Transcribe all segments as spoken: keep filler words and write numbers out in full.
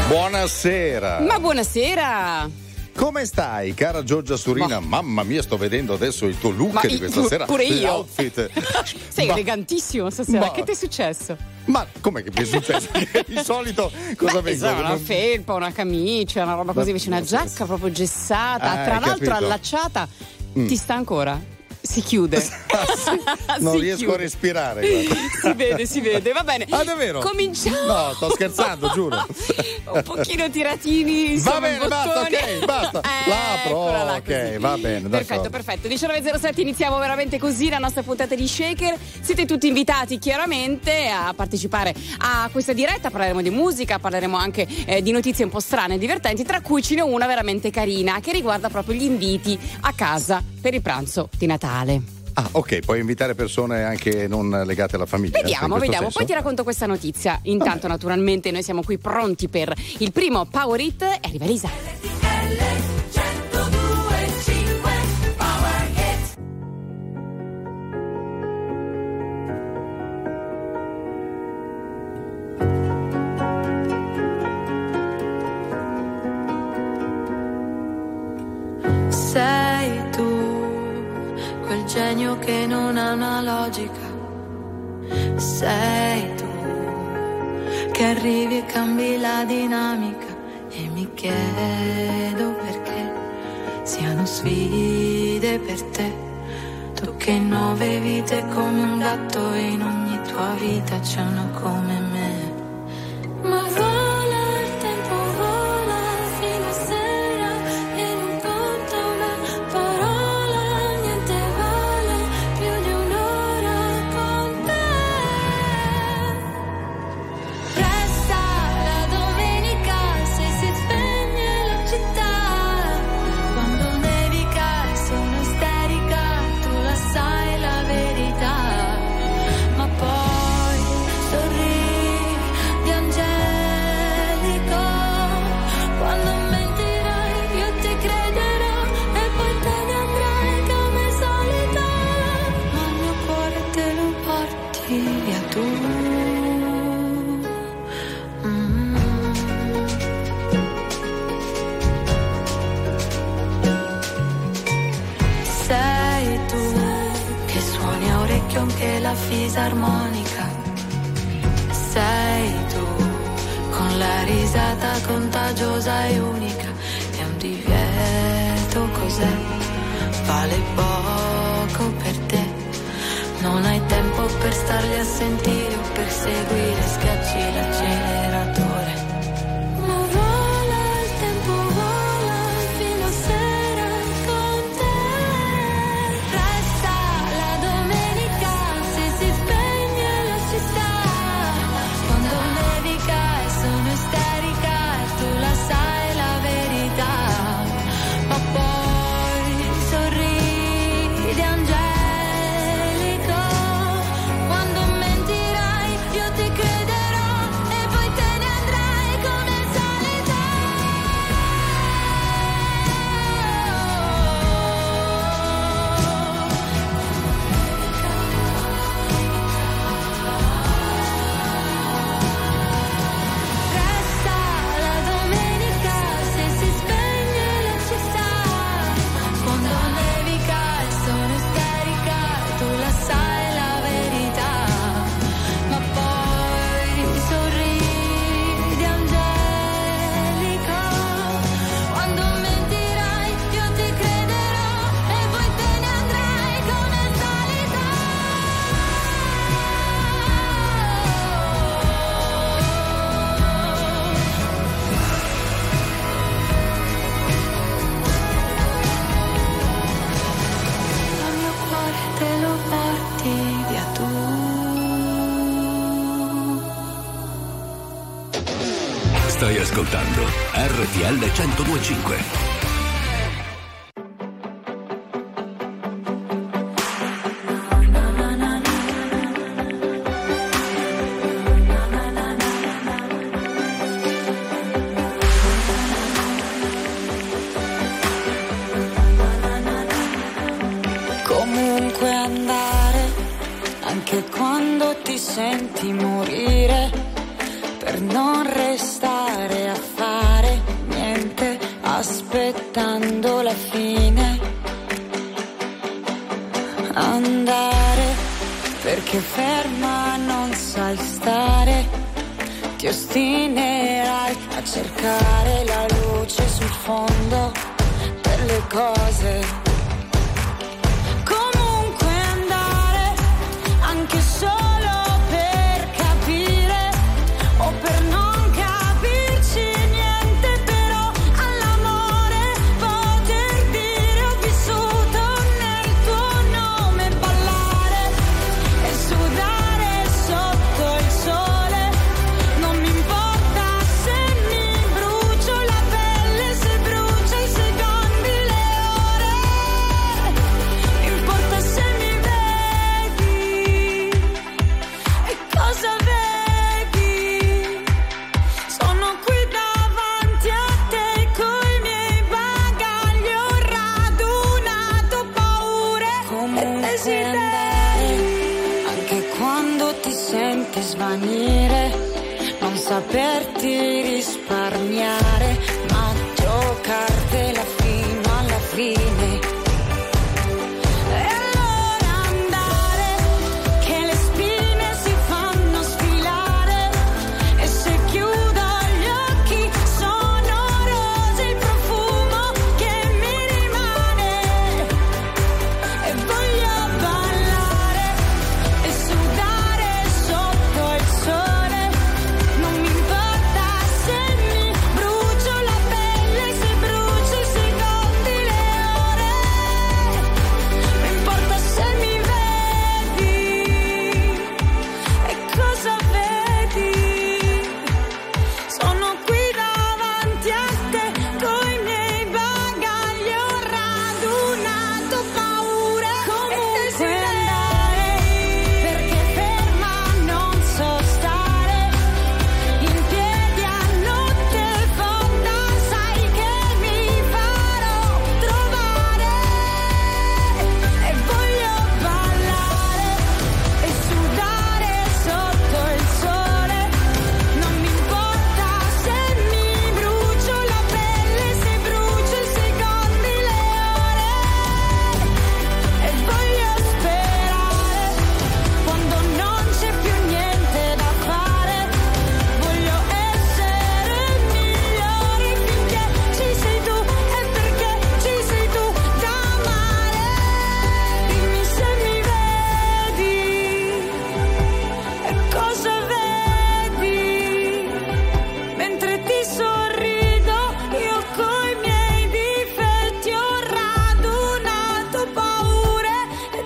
Buonasera. Ma buonasera. Come stai, cara Giorgia Surina? Ma... Mamma mia, sto vedendo adesso il tuo look Ma di questa io, sera. Pure io. L'outfit. Sei Ma... elegantissimo stasera. Ma... Che ti è successo? Ma com'è che mi è successo? Di solito cosa Beh, vengo? Insomma, una non... felpa, una camicia, una roba così, invece una giacca proprio gessata, ah, tra l'altro capito. allacciata. Mm. Ti sta ancora? Si chiude. sì, non si riesco chiude. a respirare. Guarda. Si vede, si vede. Va bene. Ah, davvero? Cominciamo. No, sto scherzando, giuro. Un pochino tiratini. Insomma, va bene, basta, ok, basta. Eh, L'apro. là, Ok, così. va bene. Perfetto, d'accordo. perfetto. diciannove e zero sette iniziamo veramente così la nostra puntata di Shaker. Siete tutti invitati chiaramente a partecipare a questa diretta. Parleremo di musica, parleremo anche eh, di notizie un po' strane e divertenti, tra cui ce n'è una veramente carina che riguarda proprio gli inviti a casa per il pranzo di Natale. Ah, ok, puoi invitare persone anche non legate alla famiglia. Vediamo, vediamo. Senso? Poi ti racconto questa notizia. Intanto, Vabbè. naturalmente, noi siamo qui pronti per il primo Power Hit e arriva Lisa. Sei tu quel genio che non ha una logica. Sei tu che arrivi e cambi la dinamica. E mi chiedo perché siano sfide per te. Tu che in nove vite come un gatto e in ogni tua vita c'è una come me. Ma vola il tempo, vola fino a sera e non conta una parola, niente vale più di un'ora con te. Resta la domenica se si spegne la città, quando nevica e sono isterica, tu la sai la verità, ma poi sorridi angelico, quando mentirai io ti crederò e poi te ne andrai come solito, ma il mio cuore te lo porti via tu. Mm. Sei tu che suoni a orecchio anche la fisarmonica. Sei tu con la risata contagiosa e unica. È un divieto, cos'è? Vale poco per te. Non hai tempo per starli a sentire o per seguire, schiacci l'acceleratore. Ma vola il tempo, vola fino a sera con te. Resta la domenica se si spegne la città, quando nevica e sono isterica e tu la sai la verità, ma poi sorridi angelico, quando mentirai io ti crederò e poi te ne andrai come al solito. Resta la domenica se si spegne la città, quando nevica e sono isterica e tu la sai la verità, ma poi sorridi angelico, quando mentirai io ti crederò e poi te ne andrai come al solito. Il mio cuore te lo porti via tu. Stai ascoltando R T L centodue e cinque. Comunque andare, anche quando ti senti morire, per per non restare a fare niente, aspettando la fine. Andare perché ferma non sai stare, ti ostinerai a cercare la luce sul fondo delle cose. Comunque andare, anche solo per capire o per non capirci niente, però all'amore poter dire ho vissuto nel tuo nome, ballare e sudare sotto il sole. Non mi importa se mi brucio la pelle, se brucia i secondi, le ore. Mi importa se mi vedi e cosa vedi. Sono qui davanti a te coi miei bagagli, ho radunato paure e desideri. Anche quando ti senti svanire, non saperti risparmiare, ma giocartela fino alla fine. E allora andare, che le spine si fanno sfilare, e se chiudo gli occhi sono rose il profumo che mi rimane. E voglio ballare e sudare sotto il sole. Non mi importa se mi brucio la pelle, se brucio i secondi, le ore. Mi importa se mi vedi e cosa vedi. Sono qui davanti a te coi miei bagagli, ho radunato paure e desideri. Perché ferma non so stare, in piedi a notte fonda, sai che mi farò trovare. E voglio ballare e sudare sotto il sole. Non mi importa se mi brucio la pelle, se brucio i secondi, le ore. E voglio sperare quando non c'è più niente da fare. Voglio essere migliori finché ci sei tu, e perché ci sei tu da amare. Dimmi se mi vedi e cosa vedi. Mentre ti sorrido io coi miei difetti, ho radunato paure e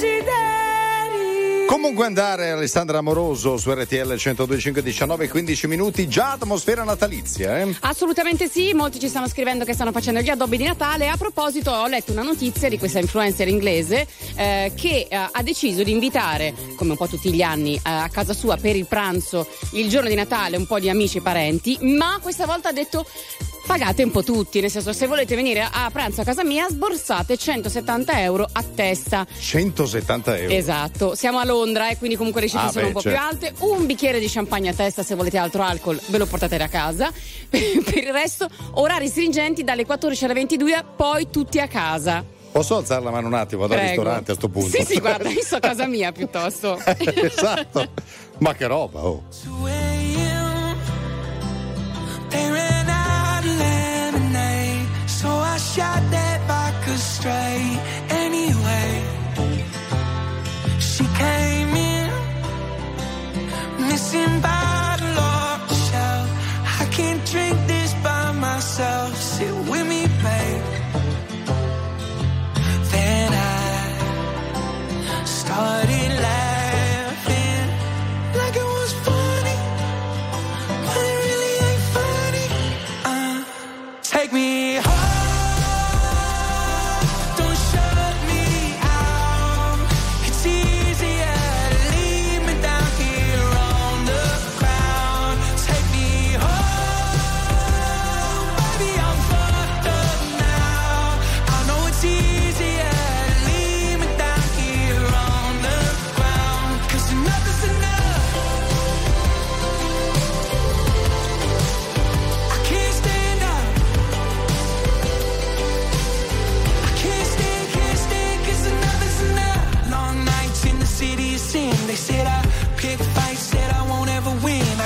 desideri. Comunque andare, Alessandra Amoroso su R T L centodue e cinque, diciannove e quindici minuti, già atmosfera natalizia, eh? Assolutamente sì, molti ci stanno scrivendo che stanno facendo gli addobbi di Natale. A proposito, ho letto una notizia di questa influencer inglese eh, che eh, ha deciso di invitare, come un po' tutti gli anni, eh, a casa sua per il pranzo il giorno di Natale un po' di amici e parenti, ma questa volta ha detto pagate un po' tutti, nel senso, se volete venire a, a pranzo a casa mia sborsate centosettanta euro a testa. centosettanta euro. Esatto, siamo a Londra e quindi comunque le cifre Ah, sono beh, un po' certo. più alte. Un bicchiere di champagne a testa, se volete altro alcol ve lo portate da casa. Per il resto orari stringenti dalle quattordici alle ventidue, poi tutti a casa. Posso alzare la mano un attimo, vado al Prego. ristorante a sto punto? Sì, sì, guarda, io sto a casa mia piuttosto. Esatto. Ma che roba, oh. two a.m. They ran out of lemonade, so I shot that vodka straight. Anyway, she came in, missing bottle off the shelf. I can't drink this by myself. Sit with me, babe. Then I started laughing like it was funny, but it really ain't funny. Uh, take me home, don't shut me out. It's easier to leave me down here on the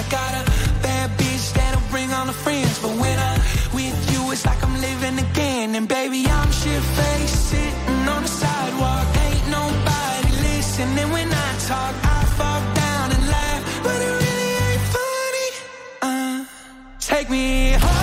got a bad bitch that'll bring all the friends. But when I'm with you, it's like I'm living again. And baby, I'm shit-faced, sitting on the sidewalk. Ain't nobody listening when I talk. I fall down and laugh, but it really ain't funny. Uh, take me home.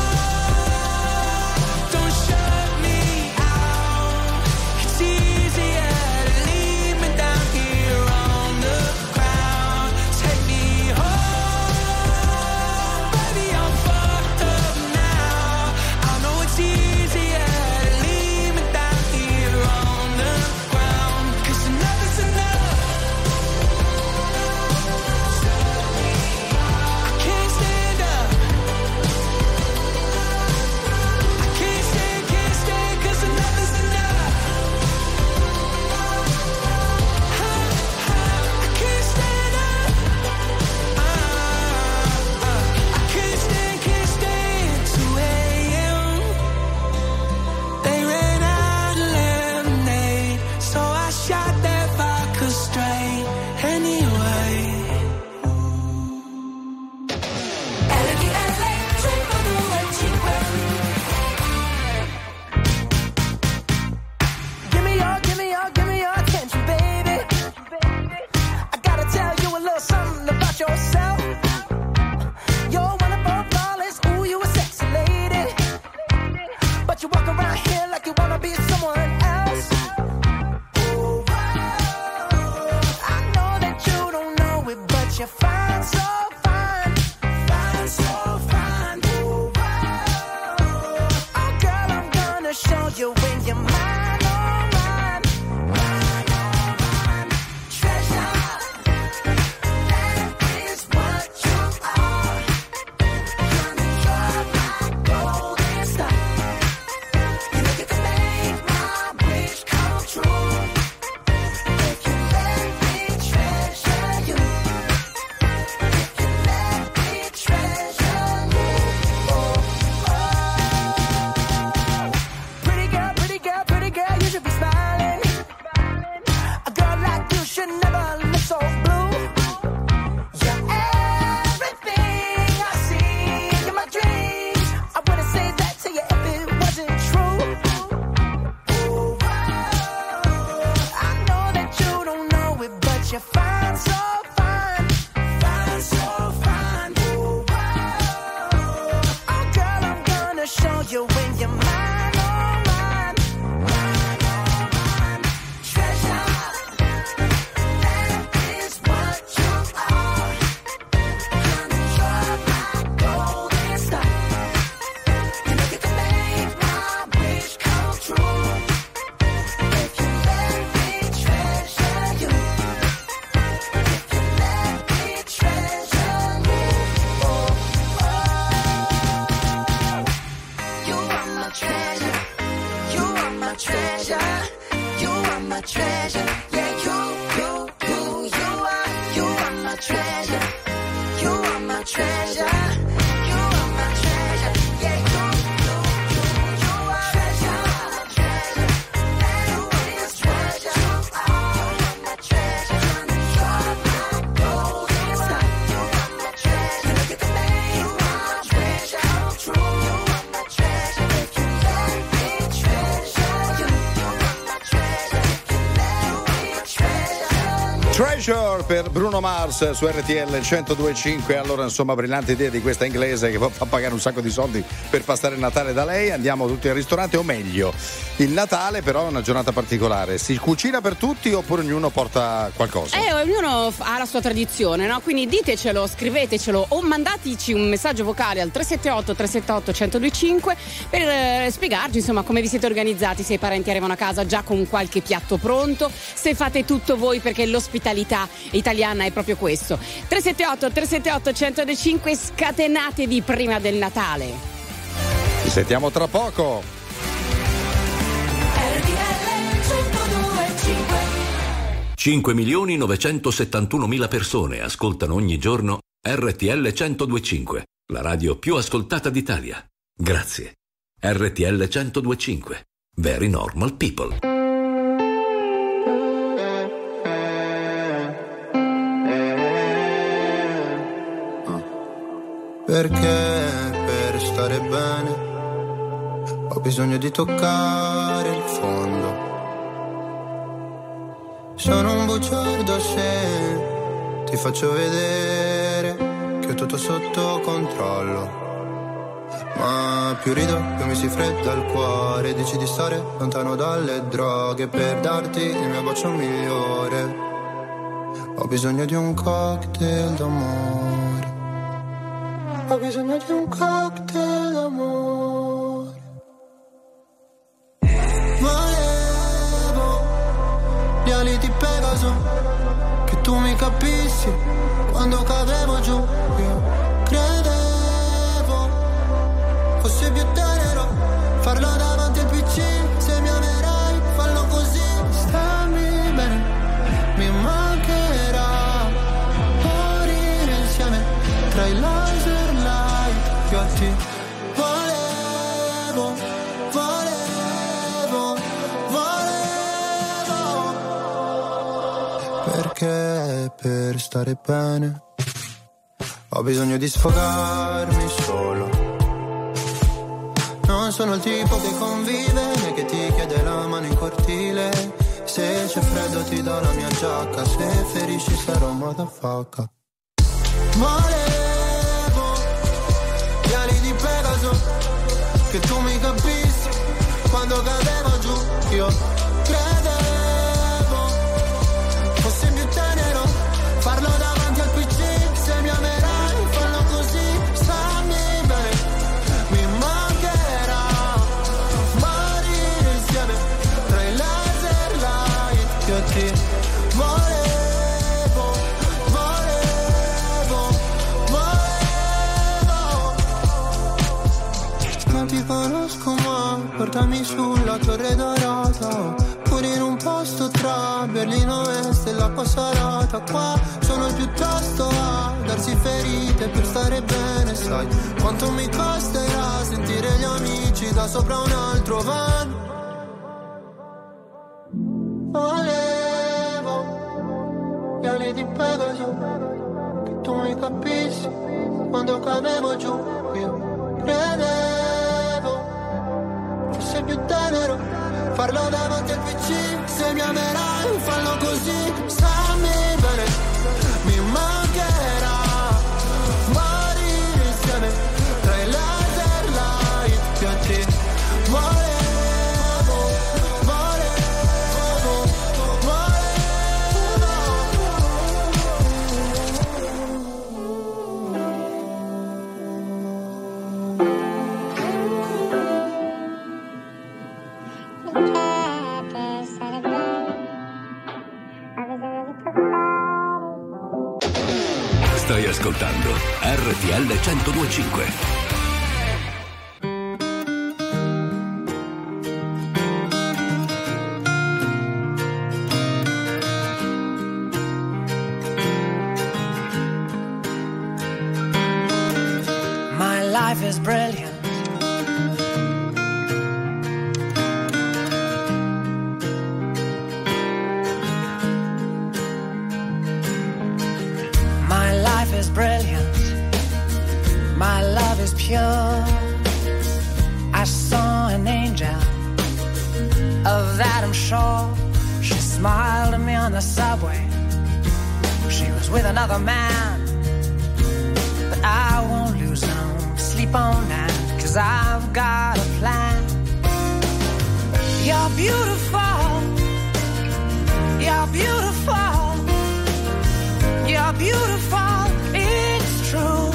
Treasure per Bruno Mars su R T L centodue e cinque. Allora, insomma, brillante idea di questa inglese che fa pagare un sacco di soldi per passare il Natale da lei. Andiamo tutti al ristorante, o meglio, il Natale però è una giornata particolare. Si cucina per tutti oppure ognuno porta qualcosa? Eh, ognuno ha la sua tradizione, no? Quindi ditecelo, scrivetecelo o mandateci un messaggio vocale al tre sette otto tre sette otto uno zero due cinque per eh, spiegarci, insomma, come vi siete organizzati, se i parenti arrivano a casa già con qualche piatto pronto, se fate tutto voi, perché l'ospitalità italiana è proprio questo. tre sette otto tre sette otto uno zero due cinque, scatenatevi prima del Natale. Ci sentiamo tra poco. cinque milioni novecentosettantunomila persone ascoltano ogni giorno R T L centodue e cinque, la radio più ascoltata d'Italia. Grazie. R T L centodue e cinque. Very normal people. Uh. Perché per stare bene ho bisogno di toccare il fondo. Sono un bugiardo se ti faccio vedere che ho tutto sotto controllo. Ma più rido, più mi si fredda il cuore. Dici di stare lontano dalle droghe per darti il mio bacio migliore. Ho bisogno di un cocktail d'amore. Ho bisogno di un cocktail d'amore. Volevo gli ali di Pegaso, che tu mi capissi quando cadevo giù. Io credevo fosse più tenero farlo davanti al P C. Se mi amerai, fallo così. Stammi bene, mi mancherà morire insieme tra i laser light più alti. Volevo, volevo, volevo. Perché per stare bene ho bisogno di sfogarmi solo. Non sono il tipo che convive né che ti chiede la mano in cortile. Se c'è freddo ti do la mia giacca, se ferisci sarò motherfucker. Volevo gli ali di Pegaso, che tu mi capissi quando cadevo giù. Io credevo fosse più tenero farlo davanti al P C. Se mi amerai, fallo così. Stammi bene, mi mancherà morire insieme tra i laser light più alti. Volevo, volevo, volevo. Non ti conosco ma portami sulla Torre Dorata, pure in un posto tra Berlino Est e l'acqua salata. Qua sono piuttosto a darsi ferite per stare bene. Sai quanto mi costerà sentire gli amici da sopra un altro van. Volevo gli ali di Pegaso, che tu mi capissi quando cadevo giù. Io credevo fosse più tenero farlo davanti al P C. Se mi amerai, fallo così. Stammi bene, mi mancherà morire insieme tra i laser light più alti. Volevo, volevo, Stai ascoltando R T L centodue e cinque. My life is brilliant. My life is brilliant. My love is pure. I saw an angel, of that I'm sure. She smiled at me on the subway. She was with another man, but I won't lose no sleep on that, 'cause I've got a plan. You're beautiful. You're beautiful. You're beautiful, it's true.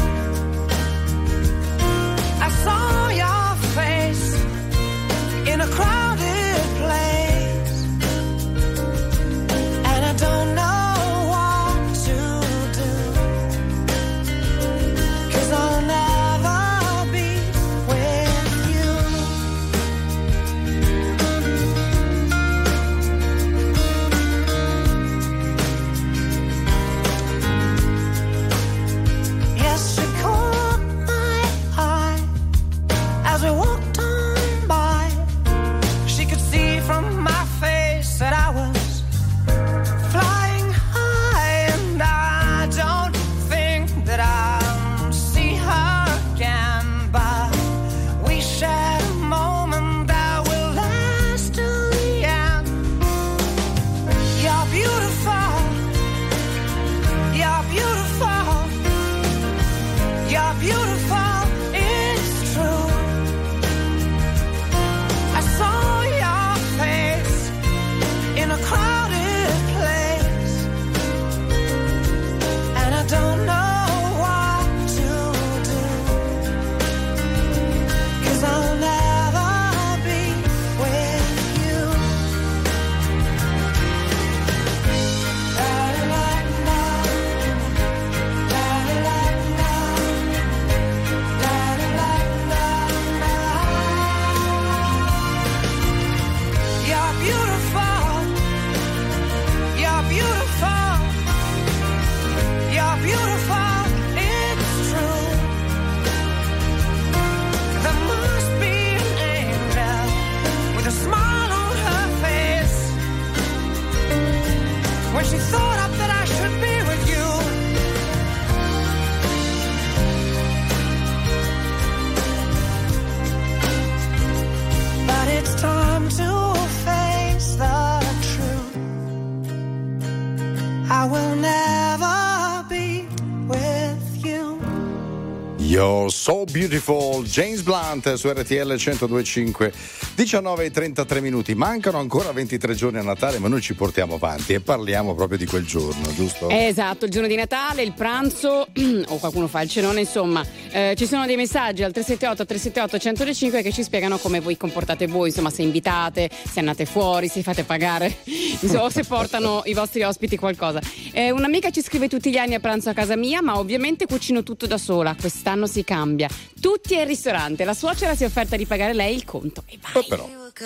I saw your face in a crowded place, and I don't know what to do, 'cause I'll never be with you. You're so beautiful, James Blunt su R T L centodue e cinque. diciannove e trentatré minuti, mancano ancora ventitré giorni a Natale, ma noi ci portiamo avanti e parliamo proprio di quel giorno, giusto? Esatto, il giorno di Natale, il pranzo o qualcuno fa il cenone, insomma. Eh, ci sono dei messaggi al tre sette otto tre sette otto uno zero cinque che ci spiegano come voi comportate voi, insomma, se invitate, se andate fuori, se fate pagare, insomma, o se portano i vostri ospiti qualcosa. Eh, un'amica ci scrive: tutti gli anni a pranzo a casa mia, ma ovviamente cucino tutto da sola. Quest'anno si cambia, tutti al ristorante. La suocera si è offerta di pagare lei il conto e vai. Oh, però.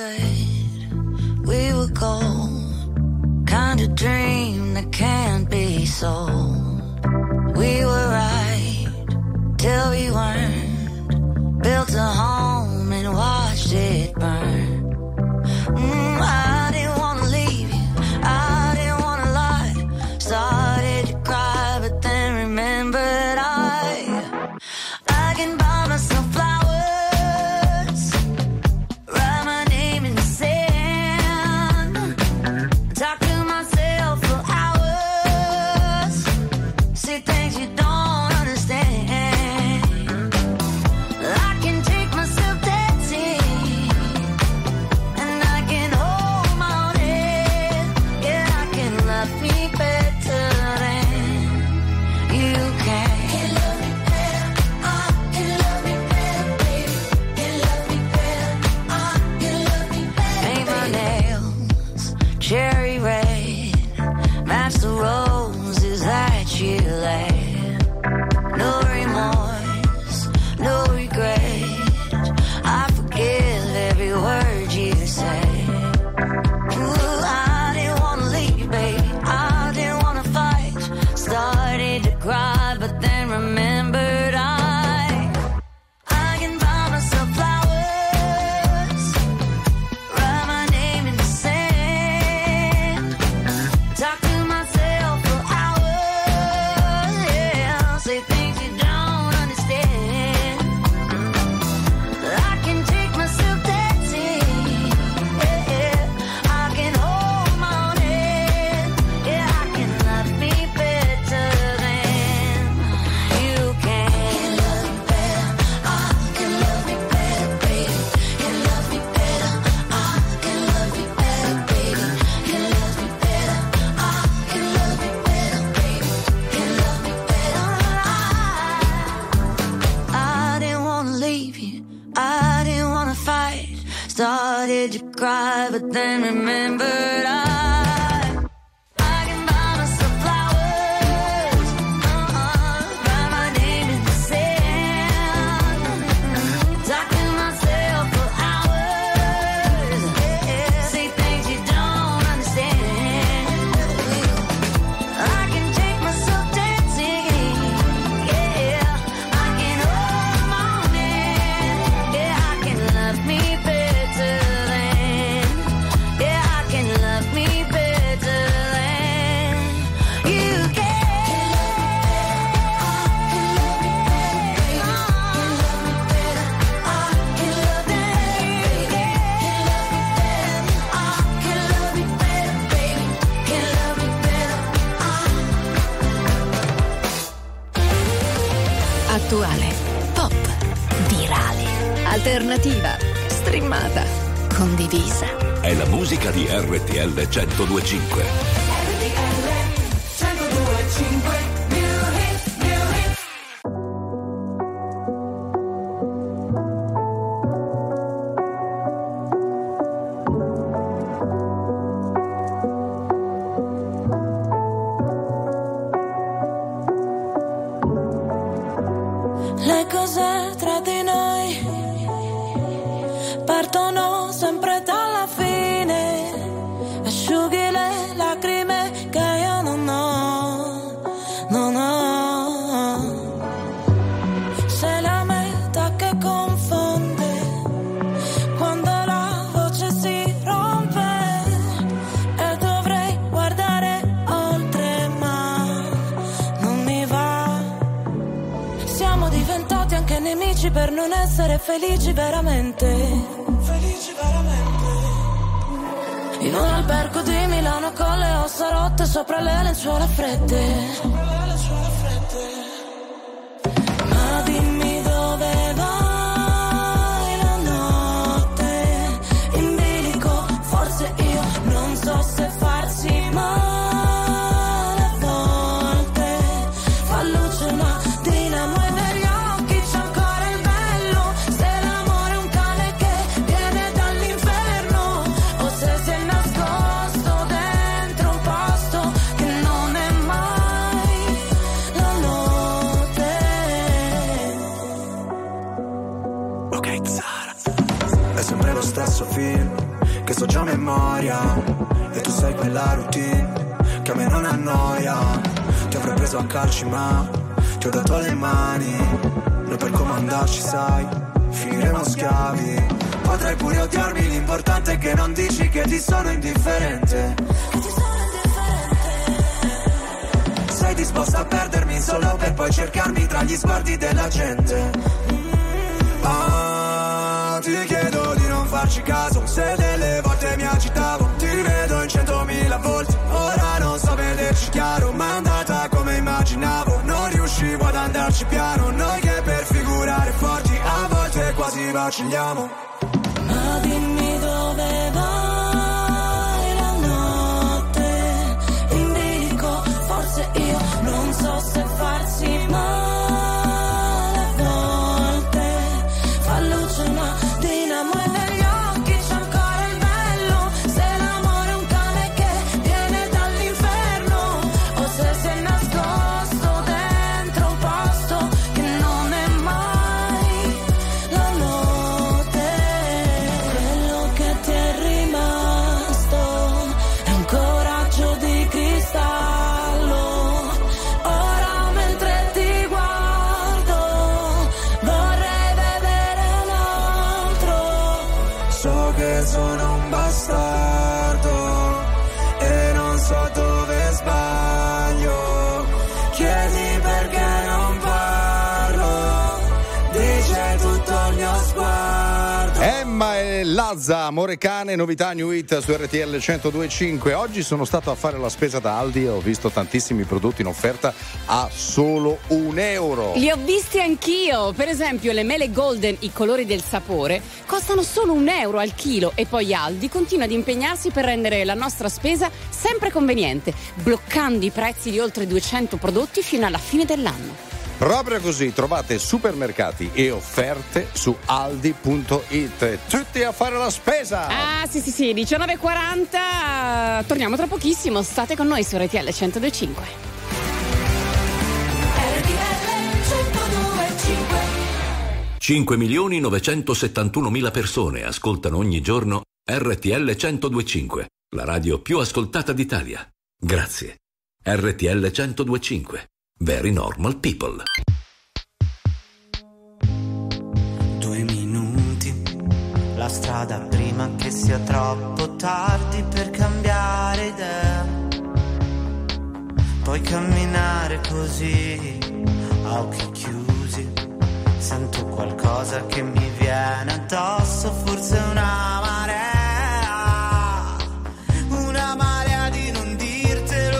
We were gold, kind of dream that can't be sold. We were right till we weren't. Built a home and watched it burn. Mm, I didn't wanna leave you, I didn't wanna lie. Started to cry, but then remembered I I can buy myself flowers, write my name in the sand, talk to myself for hours, say things you don't understand. I can take myself dancing, and I can hold my own head. Yeah, I can love me better than you can. Cherry red, match the roses that you laid. No remorse, no regret, I forgive every word you say. Ooh, I didn't wanna leave, baby, I didn't wanna fight. Started to cry, but then remembered I I can buy myself flowers, write my name in the sand, talk to myself for hours, yeah, say things you don't understand. I can take myself dancing, yeah, I can hold my own head, yeah, I can love me better than you can. Can love me better, I can love me better, baby. Can love me better, I can love me better, baby. Can love me better, I can love me better, baby. Can love me better, I I didn't wanna leave you, I didn't wanna fight. Started to cry, but then remembered I I can buy myself flowers, uh-uh, write my name in the sand, talk to myself for hours, yeah, say things you don't understand. I can take myself dancing, yeah, I can hold my own hand, yeah, I can love me better than, yeah, I can love me better than you can. Attuale, pop, virale, alternativa, streamata, condivisa. È la musica di R T L centodue e cinque. Le cose tra di noi partono sempre dalla fine. Asciughi le lacrime che io non ho, non ho. Sei la meta che confonde quando la voce si rompe e dovrei guardare oltre, ma non mi va. Siamo diventati anche nemici per non essere felici veramente. Felici veramente. In un albergo di Milano con le ossa rotte sopra le lenzuola fredde. Sopra le lenzuola fredde. Ma dimmi dove sai quella routine che a me non annoia. Ti avrei preso a calci ma ti ho dato le mani. Noi per comandarci sai, finiremo schiavi. Potrai pure odiarmi, l'importante è che non dici che ti sono indifferente. Che ti sono indifferente. Sei disposta a perdermi solo per poi cercarmi tra gli sguardi della gente. Ah, ti chiedo di non farci caso, se delle volte mi agitavo. Ti rivedo in centomila volte, ora non so vederci chiaro. Ma è andata come immaginavo, non riuscivo ad andarci piano. Noi che per figurare forti a volte quasi vacilliamo. Ma dimmi dove vai la notte in bilico, forse io non so se farsi male a volte. Fa luce una dinamo e negli occhi c'è ancora il bello. Se l'amore è un cane che viene dall'inferno, o se si è nascosto dentro un posto che non è mai la notte. Quello che ti è rimasto è un coraggio di cristallo. Ora mentre ti guardo vorrei vedere un altro. So che sono un bastardo e non so dove sbaglio. Chiedi perché non parlo, dice tutto il mio sguardo. Emma e Lazza, Amore Cane, novità New Hit su R T L centodue e cinque. Oggi sono stato a fare la spesa da Aldi e ho visto tantissimi prodotti in offerta a solo un euro. Li ho visti anch'io, per esempio le mele golden, i colori del sapore, costano solo un euro al chilo e poi Aldi continua ad impegnarsi per rendere la nostra spesa sempre conveniente, bloccando i prezzi di oltre duecento prodotti fino alla fine dell'anno. Proprio così, trovate supermercati e offerte su aldi punto it. Tutti a fare la spesa! Ah sì sì sì, diciannove e quaranta, torniamo tra pochissimo, state con noi su R T L centodue e cinque. R T L centodue e cinque. cinque milioni novecentosettantunomila persone ascoltano ogni giorno R T L centodue e cinque, la radio più ascoltata d'Italia. Grazie. R T L centodue e cinque. Very normal people. Due minuti, la strada prima che sia troppo tardi per cambiare idea. Puoi camminare così, a occhi chiusi. Sento qualcosa che mi viene addosso, forse una marea. Una marea di non dirtelo.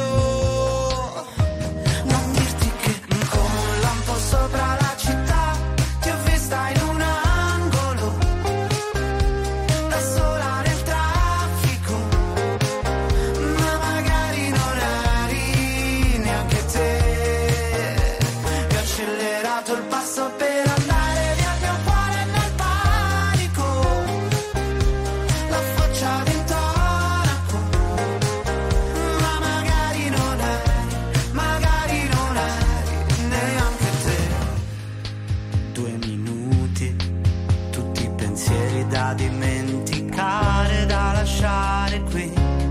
Non dirti che come un lampo sopra la città ti ho vista in un angolo, da sola nel traffico. Ma magari non eri neanche te. E ho accelerato il passo per andare via, il mio cuore nel panico. La faccia d'intonaco. Ma magari non eri, magari non eri neanche te. Due minuti, tutti i pensieri da dimenticare, da lasciare qui.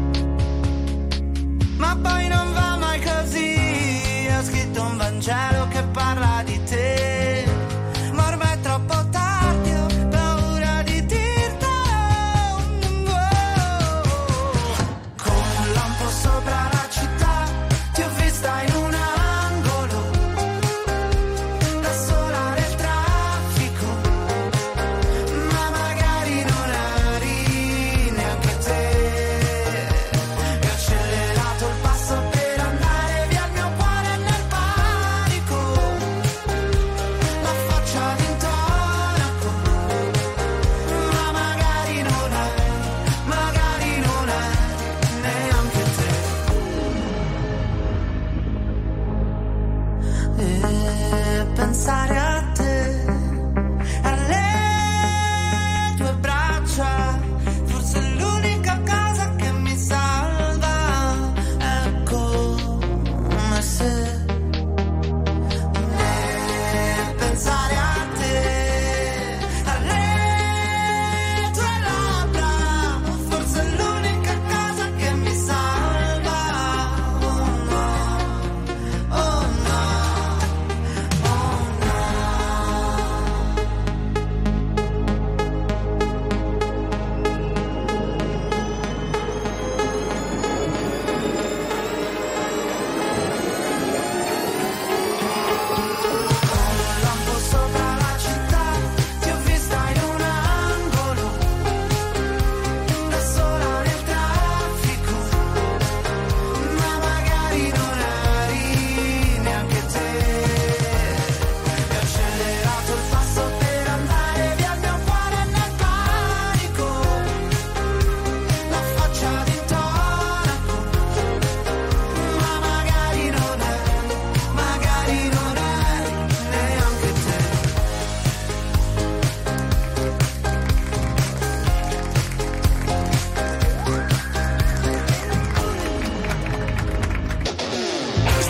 Ma poi non va mai così. Ho scritto un Vangelo che parla di te, ma ormai è troppo tardi, ho paura di dirtelo. Come un lampo sopra la città ti ho vista in un angolo, da sola nel traffico. Ma magari non eri neanche te. E ho accelerato il passo per andare via, il mio cuore nel panico. La faccia d'intonaco. Ma magari non eri, magari non eri neanche te.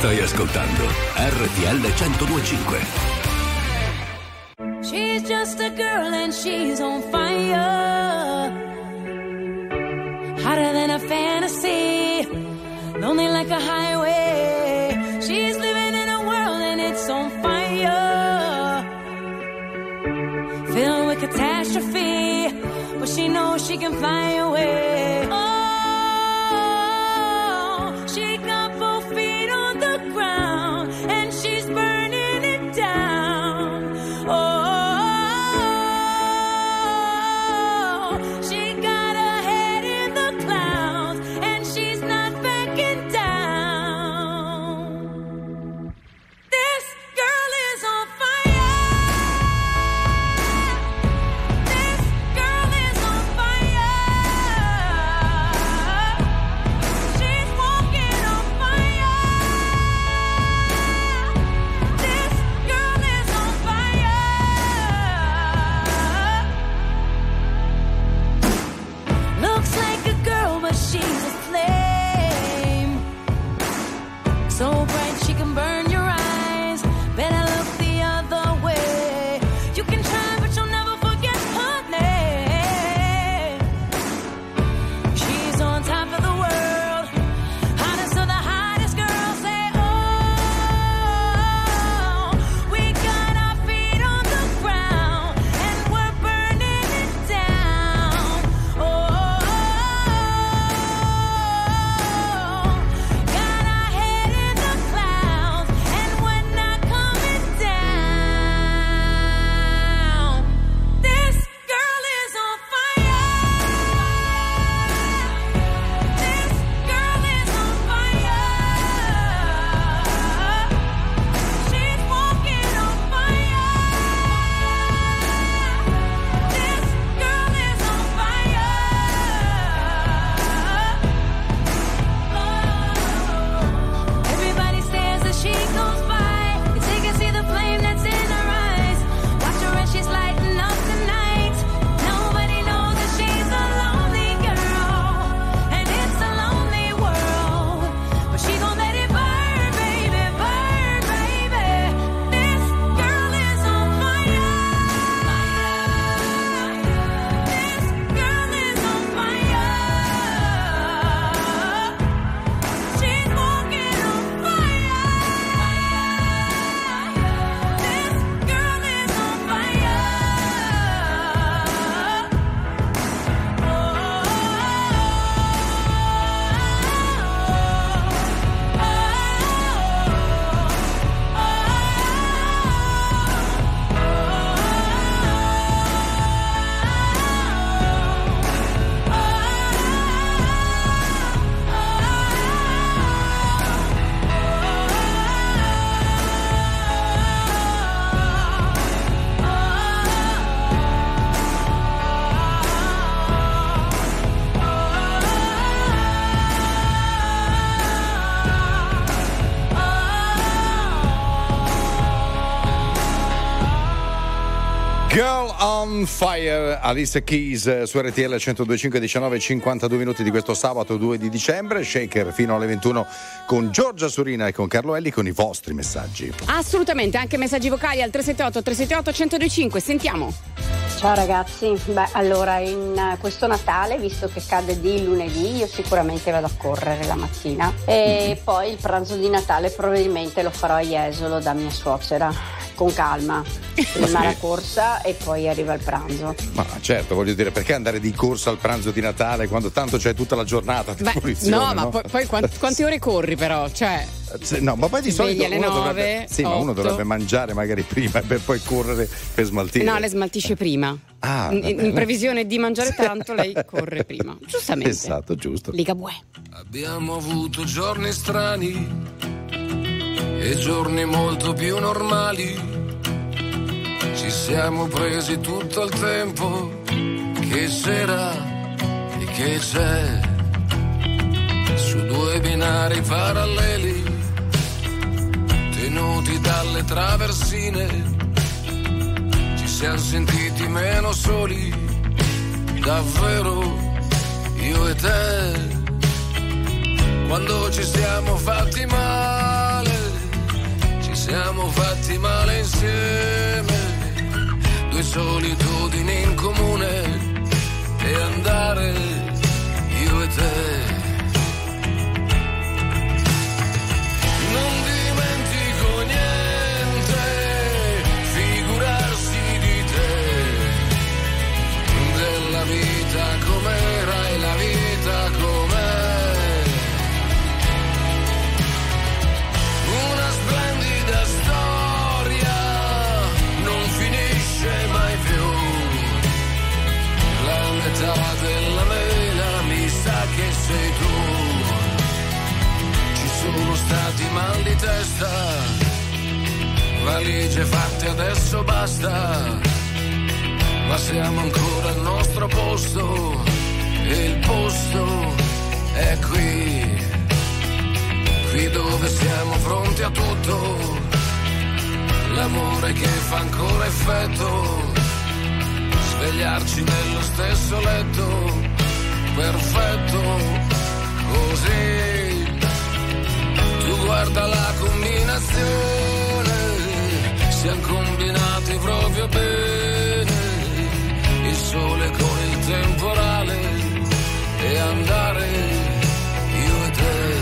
Stai ascoltando R T L centodue e cinque. She's just a girl and she's on fire, hotter than a fantasy, lonely like a highway. She's living in a world and it's on fire, filled with catastrophe, but she knows she can fly away. Oh, she got both feet on the ground and she's burning it down. Oh, Girl on Fire, Alice Keys su R T L centodue e cinque, diciannove e cinquantadue minuti di questo sabato due di dicembre. Shaker fino alle ventuno con Giorgia Surina e con Carlo Elli con i vostri messaggi. Assolutamente, anche messaggi vocali al tre sette otto tre sette otto uno zero due cinque. Sentiamo. Ciao ragazzi, beh allora in questo Natale, visto che cade di lunedì, io sicuramente vado a correre la mattina e mm-hmm. poi il pranzo di Natale probabilmente lo farò a Jesolo da mia suocera, con calma, prima la corsa e poi arriva il pranzo. Ma certo, voglio dire, perché andare di corsa al pranzo di Natale quando tanto c'è tutta la giornata di punizione? No, no, ma poi, poi quante, quante ore corri però? Cioè no, ma poi di solito alle uno nove, dovrebbe, sì, ma uno otto. dovrebbe mangiare magari prima per poi correre per smaltire. No, lei smaltisce prima. Ah, in, in previsione di mangiare tanto, lei corre prima. Giustamente. Esatto, giusto. Ligabue. Abbiamo avuto giorni strani e giorni molto più normali. Ci siamo presi tutto il tempo che c'era e che c'è, su due binari paralleli, tenuti dalle traversine. Ci siamo sentiti meno soli, davvero, io e te. Quando ci siamo fatti male, siamo fatti male insieme, due solitudini in comune, e andare io e te. Non dimentico niente, figurarsi di te, della vita com'era e la vita com'è. Una splendida storia, non finisce mai più. La metà della mela mi sa che sei tu. Sono stati mal di testa, valigie fatte adesso basta, ma siamo ancora al nostro posto e il posto è qui, qui dove siamo pronti a tutto, l'amore che fa ancora effetto, svegliarci nello stesso letto, perfetto, così. Tu guarda la combinazione, siamo combinati proprio bene, il sole con il temporale e andare io e te.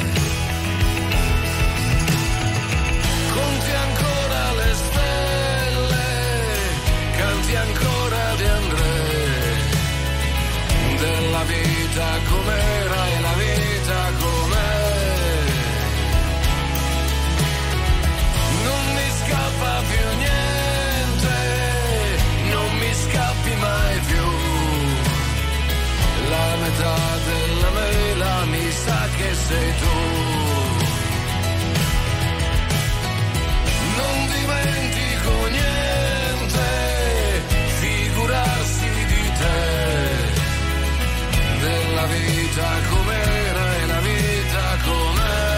Conti ancora le stelle, canti ancora di André, della vita com'era e la vita com'è. Scappa più niente, non mi scappi mai più, la metà della mela mi sa che sei tu. Non dimentico niente, figurarsi di te, della vita com'era e la vita com'è.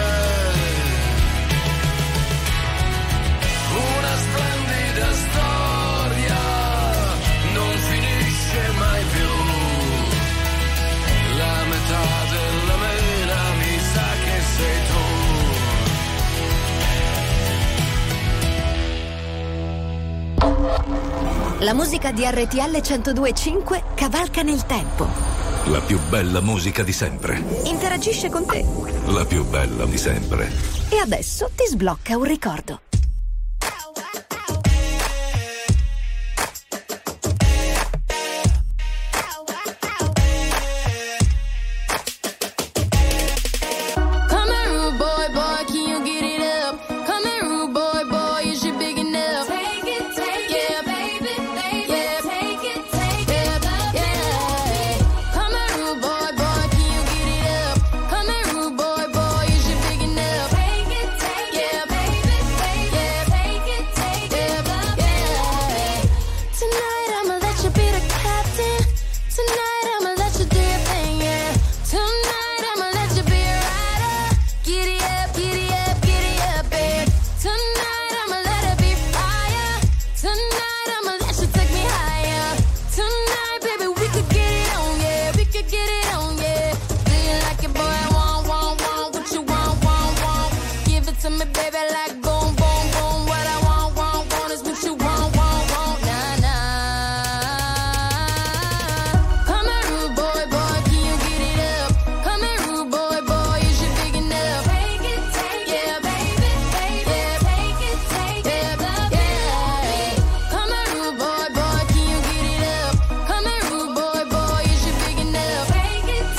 Una splendida storia, non finisce mai più, la metà della mela mi sa che sei tu. La musica di R T L centodue e cinque cavalca nel tempo. La più bella musica di sempre. Interagisce con te. La più bella di sempre. E adesso ti sblocca un ricordo.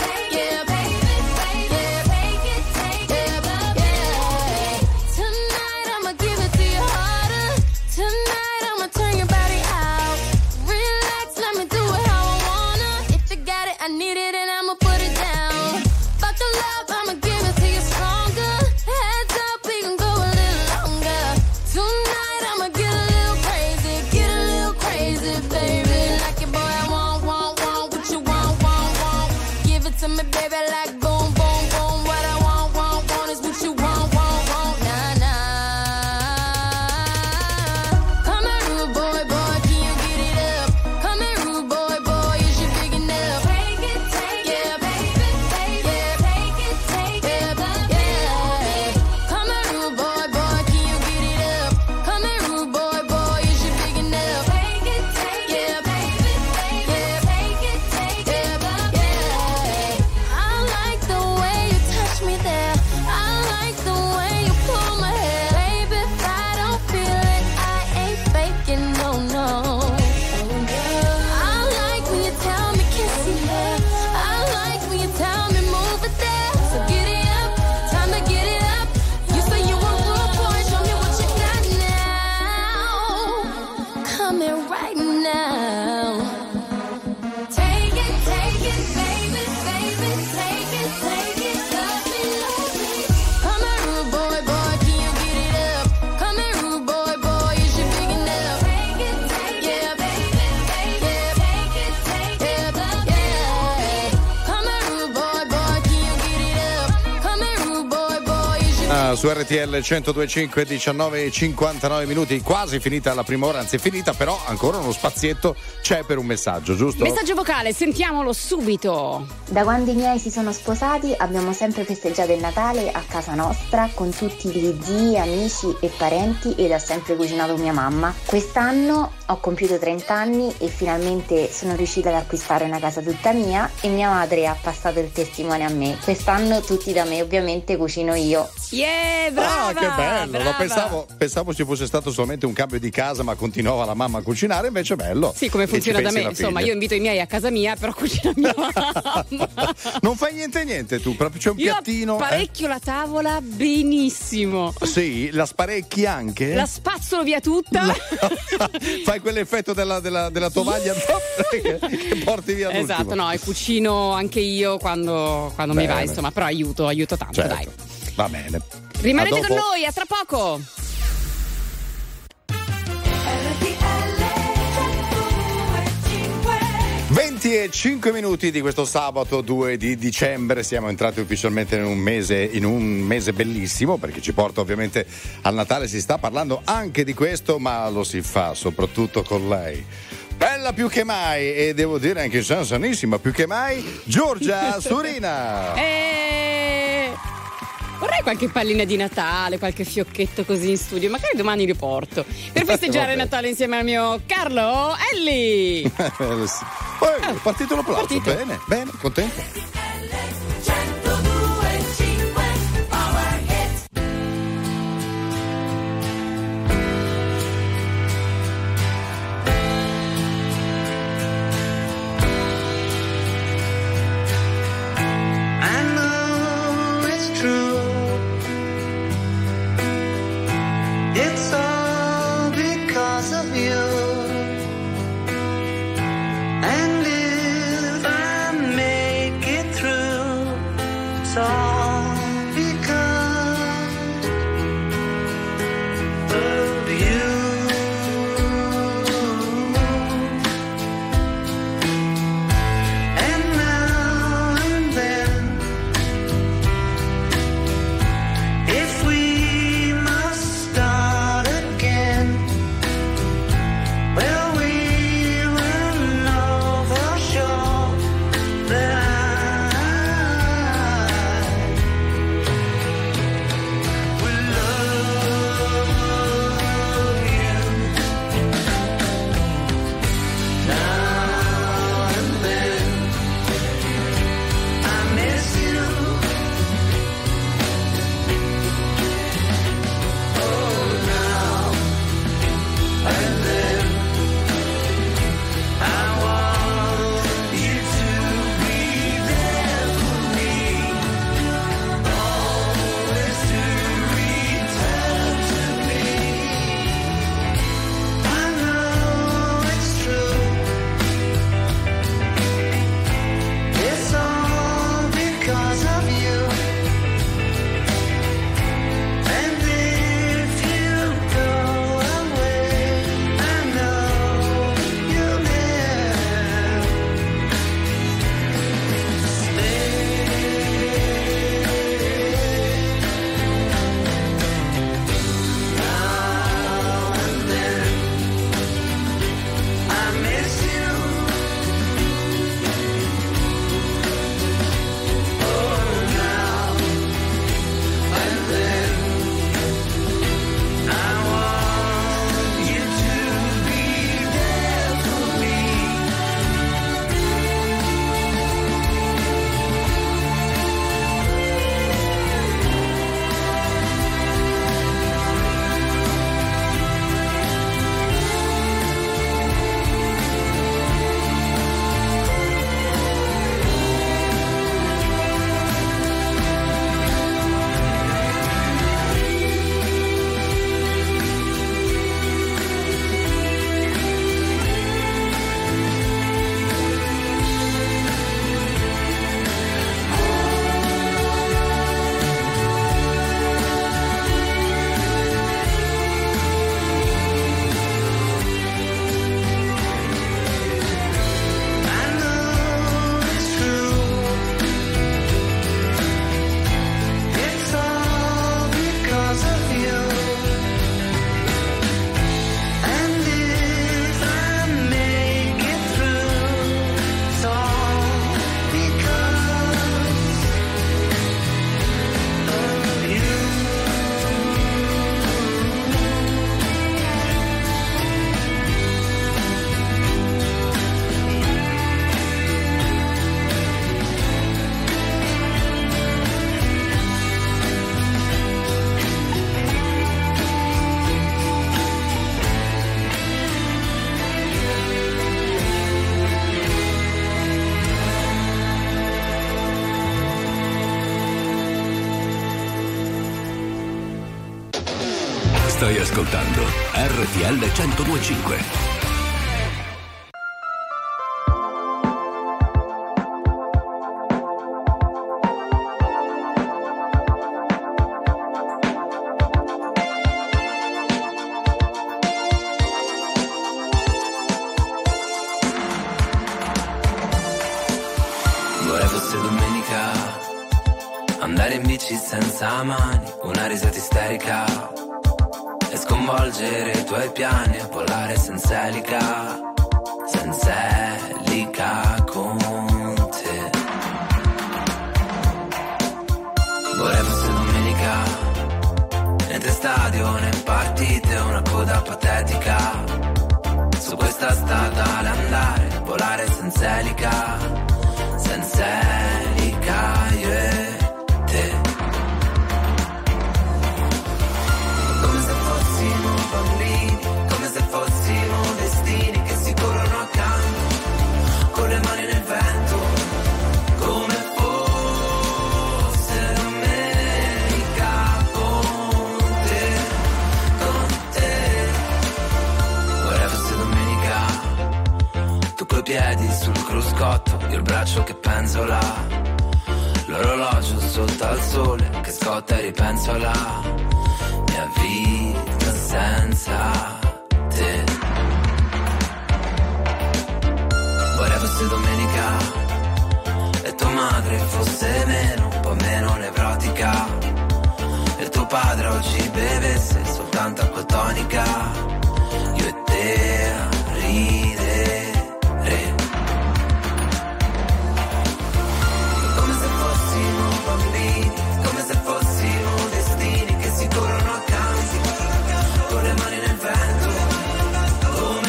Tonight Ah, su R T L centodue e cinque, diciannove e cinquantanove minuti, quasi finita la prima ora, anzi è finita, però ancora uno spazietto c'è per un messaggio, giusto? Messaggio vocale, sentiamolo subito. Da quando i miei si sono sposati abbiamo sempre festeggiato il Natale a casa nostra con tutti gli zii, amici e parenti ed ha sempre cucinato mia mamma. Quest'anno ho compiuto trenta anni e finalmente sono riuscita ad acquistare una casa tutta mia e mia madre ha passato il testimone a me. Quest'anno tutti da me, ovviamente cucino io. Yeah, brava! Ah, che bello! Brava. No, pensavo, pensavo ci fosse stato solamente un cambio di casa, ma continuava la mamma a cucinare, invece è bello. Sì, come Che funziona ci da pensi me. la figlia. Insomma, io invito i miei a casa mia, però cucina mia mamma. Non fai niente niente tu, proprio c'è un Io piattino. apparecchio la tavola benissimo. Eh? Sì, la sparecchi anche? La spazzolo via tutta. La... Fai quell'effetto della, della, della tovaglia che, che porti via l'ultimo. Esatto, no, e cucino anche io quando, quando mi va, Bene. insomma, però aiuto, aiuto tanto, Certo. dai. Va bene. Rimanete A con dopo. noi, a tra poco. venti e cinque minuti di questo sabato due di dicembre, siamo entrati ufficialmente in un mese in un mese bellissimo, perché ci porta ovviamente al Natale. Si sta parlando anche di questo, ma lo si fa soprattutto con lei, bella più che mai, e devo dire anche sansanissima più che mai, Giorgia Surina. E... vorrei qualche pallina di Natale, qualche fiocchetto così in studio, magari domani li porto per festeggiare il Vabbè. Natale insieme al mio Carlo Elli. Poi è partito l'applauso, partito. bene, bene, contento. I know it's true. It's all because of you. And if I make it Stai ascoltando R T L centodue e cinque. Senza mani, una risata isterica e sconvolgere i tuoi piani e volare senza elica, senza elica con te. Vorrei fosse domenica, niente stadio né partite, una coda patetica su questa strada ad andare, volare senza elica, senza elica io e te. Bambini, come se fossimo destini che si corrono accanto, con le mani nel vento, come fosse domenica con te, con te. Vorrei fosse domenica, tu coi piedi sul cruscotto, io il braccio che penzola, l'orologio sotto al sole che scotta e ripenso alla mia vita senza te. Vorrei fosse domenica e tua madre fosse meno, un po' meno nevrotica, e tuo padre oggi bevesse soltanto acqua tonica, io e te a ridere. Come se fossimo bambini, come se fossimo destini che si corrono accanto, con le mani nel vento, come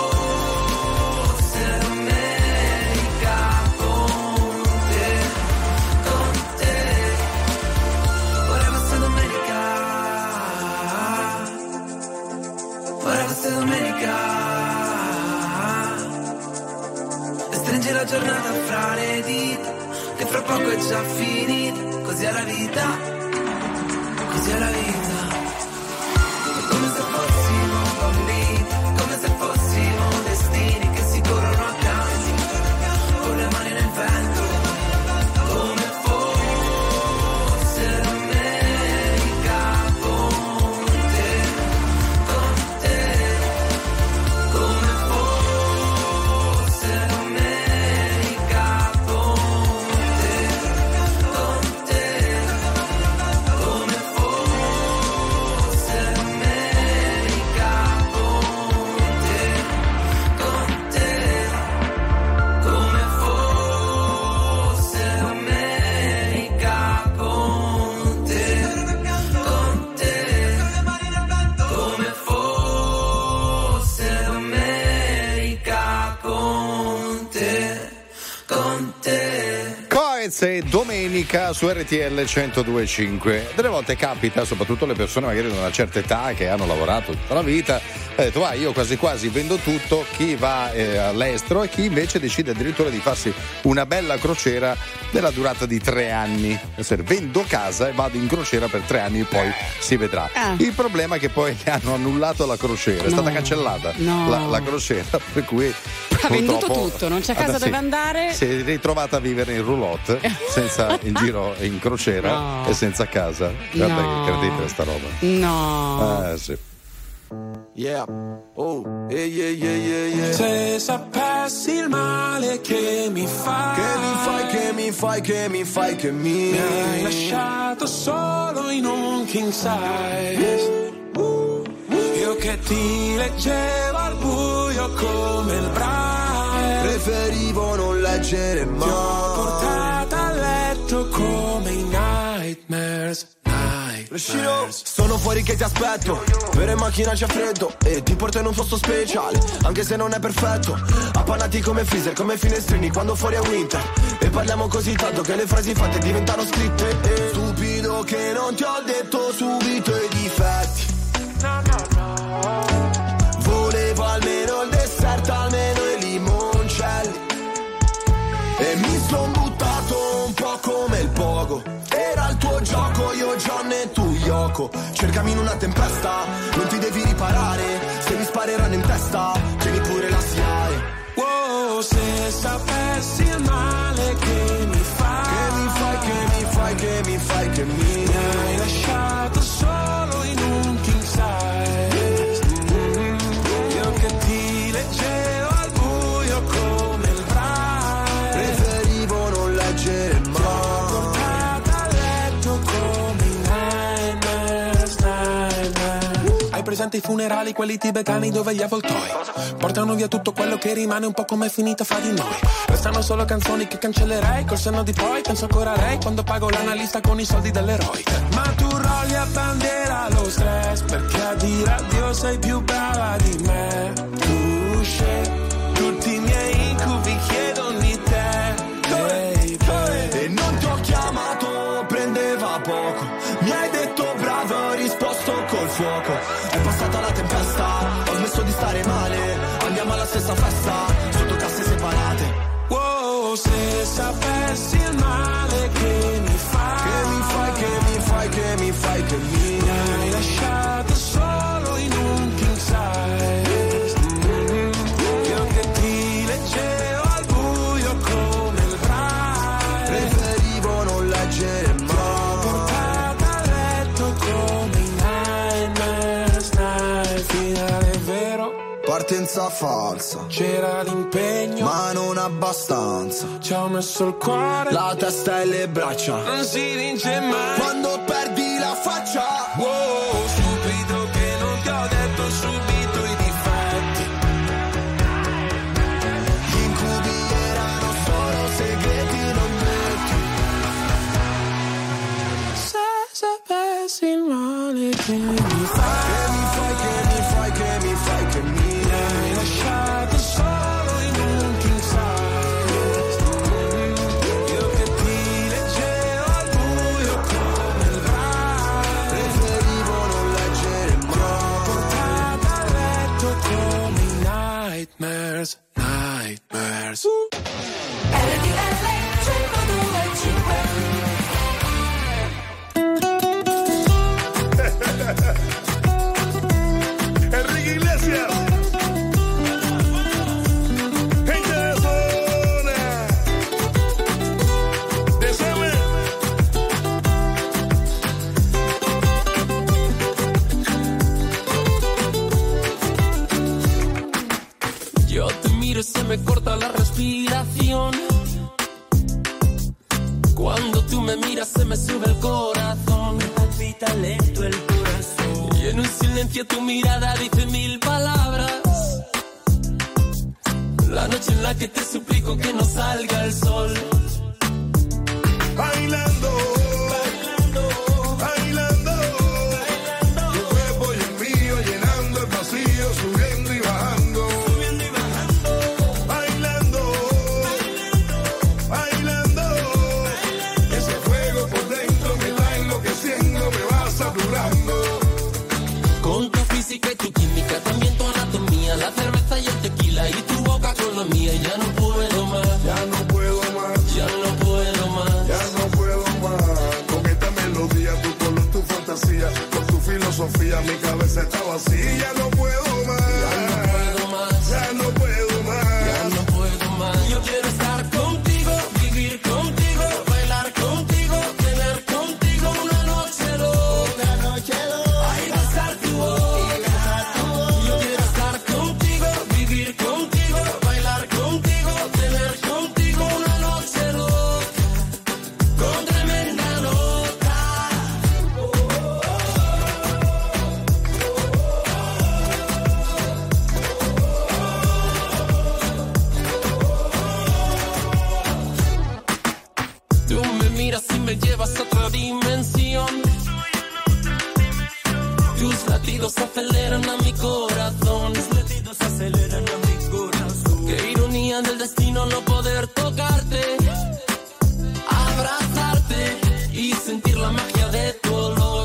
fosse domenica con te, con te. Vorrei fosse domenica, vorrei fosse domenica, e stringi la giornata fra le dita, che fra poco è già finita, così è la vita, così è la vita. Come se fossimo bambini, come se fossimo destini che si corrono accanto, con le mani nel vento, come fosse domenica con te, con te, come fosse domenica con te, con te, come fosse domenica con te, con te, come fosse domenica con te, con te, come fosse domenica con te, con te. Coez e domenica su R T L centodue e cinque. Delle volte capita, soprattutto alle persone magari di una certa età che hanno lavorato tutta la vita, ha detto va, io quasi quasi vendo tutto, chi va eh, all'estero e chi invece decide addirittura di farsi una bella crociera della durata di tre anni. Se vendo casa e vado in crociera per tre anni e poi si vedrà. Ah. Il problema è che poi le hanno annullato la crociera, è No. stata cancellata No. la, la crociera, per cui Ha venduto purtroppo- tutto, non c'è casa Ah, sì. dove andare. Si è ritrovata a vivere in roulotte, senza in giro in crociera No. e senza casa. Guarda No. che incredibile sta roba. No. Eh sì. Yeah, oh, yeah, yeah, yeah, yeah, yeah. Se sapessi il male che mi fai, Che mi fai, che mi fai, che mi fai, che mi mi hai lasciato solo in un king size. Io che ti leggevo al buio come il Braille, preferivo non leggere mai. ti ho portata a letto come i nightmares. Sono fuori che ti aspetto, per in macchina c'è freddo e ti porto in un posto speciale, anche se non è perfetto. Appannati come freezer, come finestrini quando fuori è winter, e parliamo così tanto che le frasi fatte diventano scritte. E stupido che non ti ho detto subito i difetti. Volevo almeno il dessert, almeno i limoncelli, e mi son buttato un po' come il pogo. Era il tuo gioco, io John e tu Yoko. fuoco. Cercami in una tempesta, non ti devi riparare. Se mi spareranno in testa, tieni pure la S I A E. Wow, se sapessi il male che mi fai, che mi fai, che mi fai, che mi fai, che mi mi hai lasciato solo in un king size. Mm-hmm. Io che ti leggevo al buio come il braille, preferivo non leggere mai. Ti ho portata a letto come i nightmares, nightmares. Hai presente i funerali, quelli tibetani dove gli avvoltoi portano via tutto quello che rimane, un po' come è finita fra di noi. Restano solo canzoni che cancellerei, col senno di poi penso ancora a lei quando pago l'analista con i soldi dell'eroe. Ma tu rolli a bandiera lo stress, perché a dire addio sei più brava di me. Tu scegli tutti i miei incubi, chiedono di te, baby. E non ti ho chiamato, prendeva poco. Mi hai detto bravo, ho risposto col fuoco. È passata la tempesta, ho smesso di stare male. Andiamo alla stessa festa, sotto casse separate. Wow, se sapessi il male che mi fai, che mi fai, che mi fai, che mi fai, che mi hai lasciato solo in un king size. Mm-hmm. Io che ti leggevo al buio come il braille, preferivo non leggere mai. Ti ho portata a letto come i nightmares, night. Finale vero, partenza falsa, c'era l'impegno ma non abbastanza. Ci ho messo il cuore, la testa e le braccia, non si vince mai quando perdi la faccia. Wow, stupido che non ti ho detto subito i difetti. Gli incubi erano solo segreti non detti. Se sapessi il male che mi fai, che mi fai, che mi fai, che mi fai, che mi hai lasciato solo in un king size. Io che ti leggevo al buio come il braille, preferivo non leggere mai. Ti ho portata a letto come i nightmares, nightmares. R T L centodue e cinque. Enrique Iglesias. Yo te miro y se me corta la respiración. Cuando tú me miras se me sube el corazón. Me palpita lento el corazón. Y en un silencio tu mirada dice mil palabras. La noche en la que te suplico que no salga el sol. Bailando, bailando, bailando, bailando. Tu cuerpo y el mío llenando el vacío, subiendo y bajando, subiendo y bajando. Bailando, bailando, bailando, bailando. Ese fuego por dentro me está enloqueciendo, me va saturando. Con tu física y tu química, también tu anatomía, la cerveza y el tequila y tu boca con la mía. Ya no puedo más, ya no puedo más, ya no puedo más, ya no puedo más. Con esta melodía, tu color, tu fantasía, con tu filosofía, mi cabeza está vacía. Ya no puedo más, ya no puedo más, ya no puedo más, ya no puedo más. Yo quiero estar contigo, vivir contigo, bailar contigo, tener contigo una noche loca, una noche loca. Ay, besar tu boca. Yo quiero estar contigo, vivir contigo, bailar contigo, tener contigo una noche loca, con tremenda nota. Tú me miras y me llevas a otra dimensión. Tus latidos aceleran a mi corazón. Tus latidos aceleran a mi corazón. Qué ironía del destino no poder tocarte, abrazarte y sentir la magia de tu olor.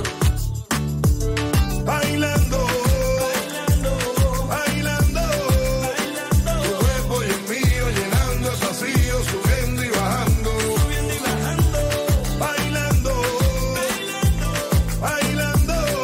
bailando, bailando, bailando, bailando. Tu cuerpo y el mío llenando el vacío, subiendo y bajando, subiendo y bajando. Bailando, bailando, bailando.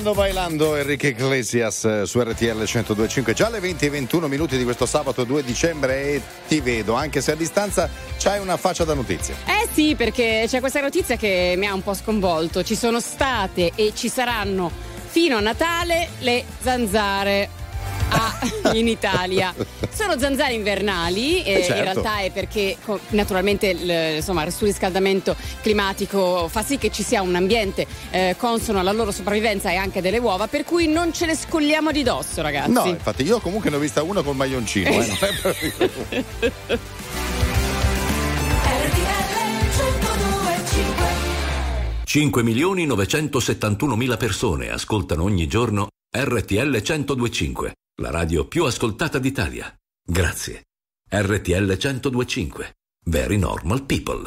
Bailando Bailando, Enrique Iglesias su R T L centodue e cinque, già alle venti e ventuno minuti di questo sabato due dicembre e ti vedo, anche se a distanza c'hai una faccia da notizia. Eh sì, perché c'è questa notizia che mi ha un po' sconvolto. Ci sono state e ci saranno fino a Natale le zanzare a, in Italia. Sono zanzare invernali, eh, certo. In realtà è perché naturalmente il, insomma, il surriscaldamento climatico fa sì che ci sia un ambiente eh, consono alla loro sopravvivenza e anche delle uova, per cui non ce le scogliamo di dosso, ragazzi. No, infatti io comunque ne ho vista una col maglioncino, eh, non è per... cinque milioni novecentosettantunomila persone ascoltano ogni giorno R T L centodue e cinque, la radio più ascoltata d'Italia. Grazie. R T L centodue e cinque. Very normal people.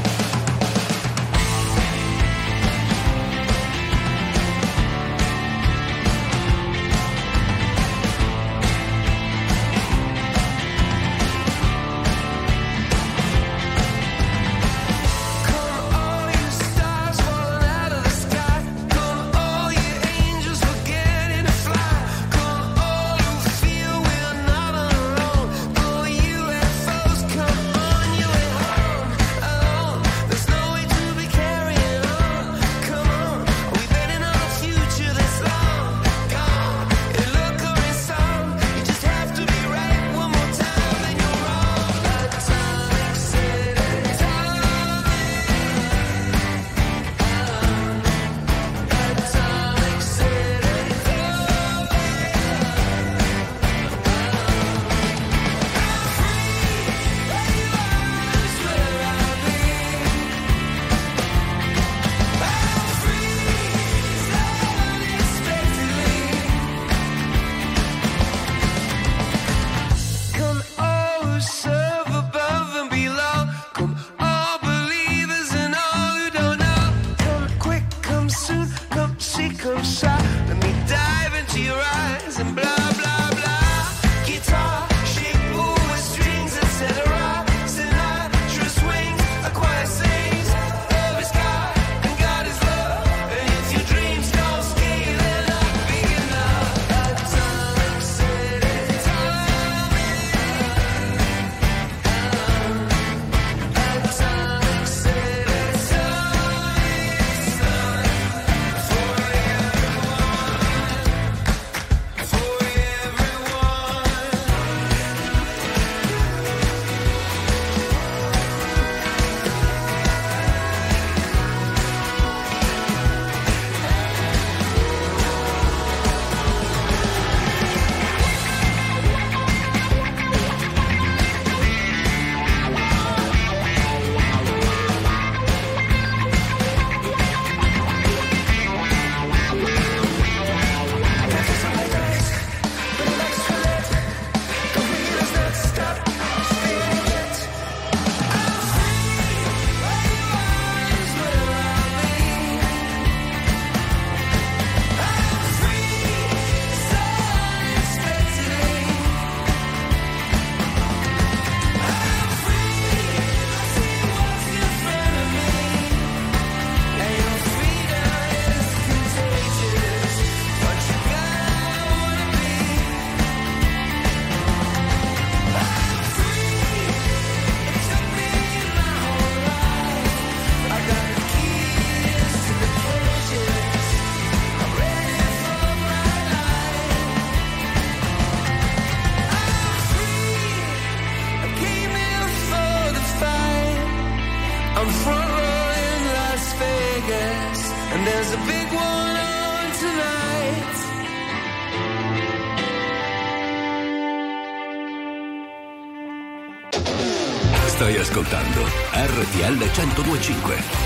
Stai ascoltando R T L centodue e cinque.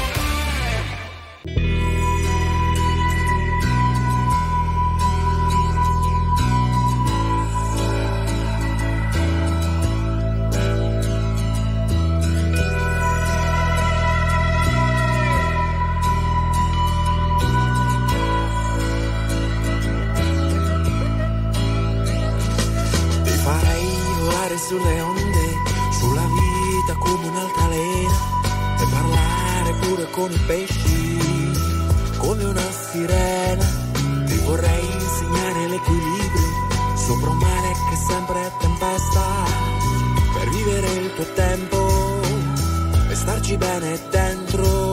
Sulle onde, sulla vita come un'altalena, e parlare pure con i pesci come una sirena. Ti vorrei insegnare l'equilibrio sopra un mare che sempre è tempesta, per vivere il tuo tempo e starci bene dentro.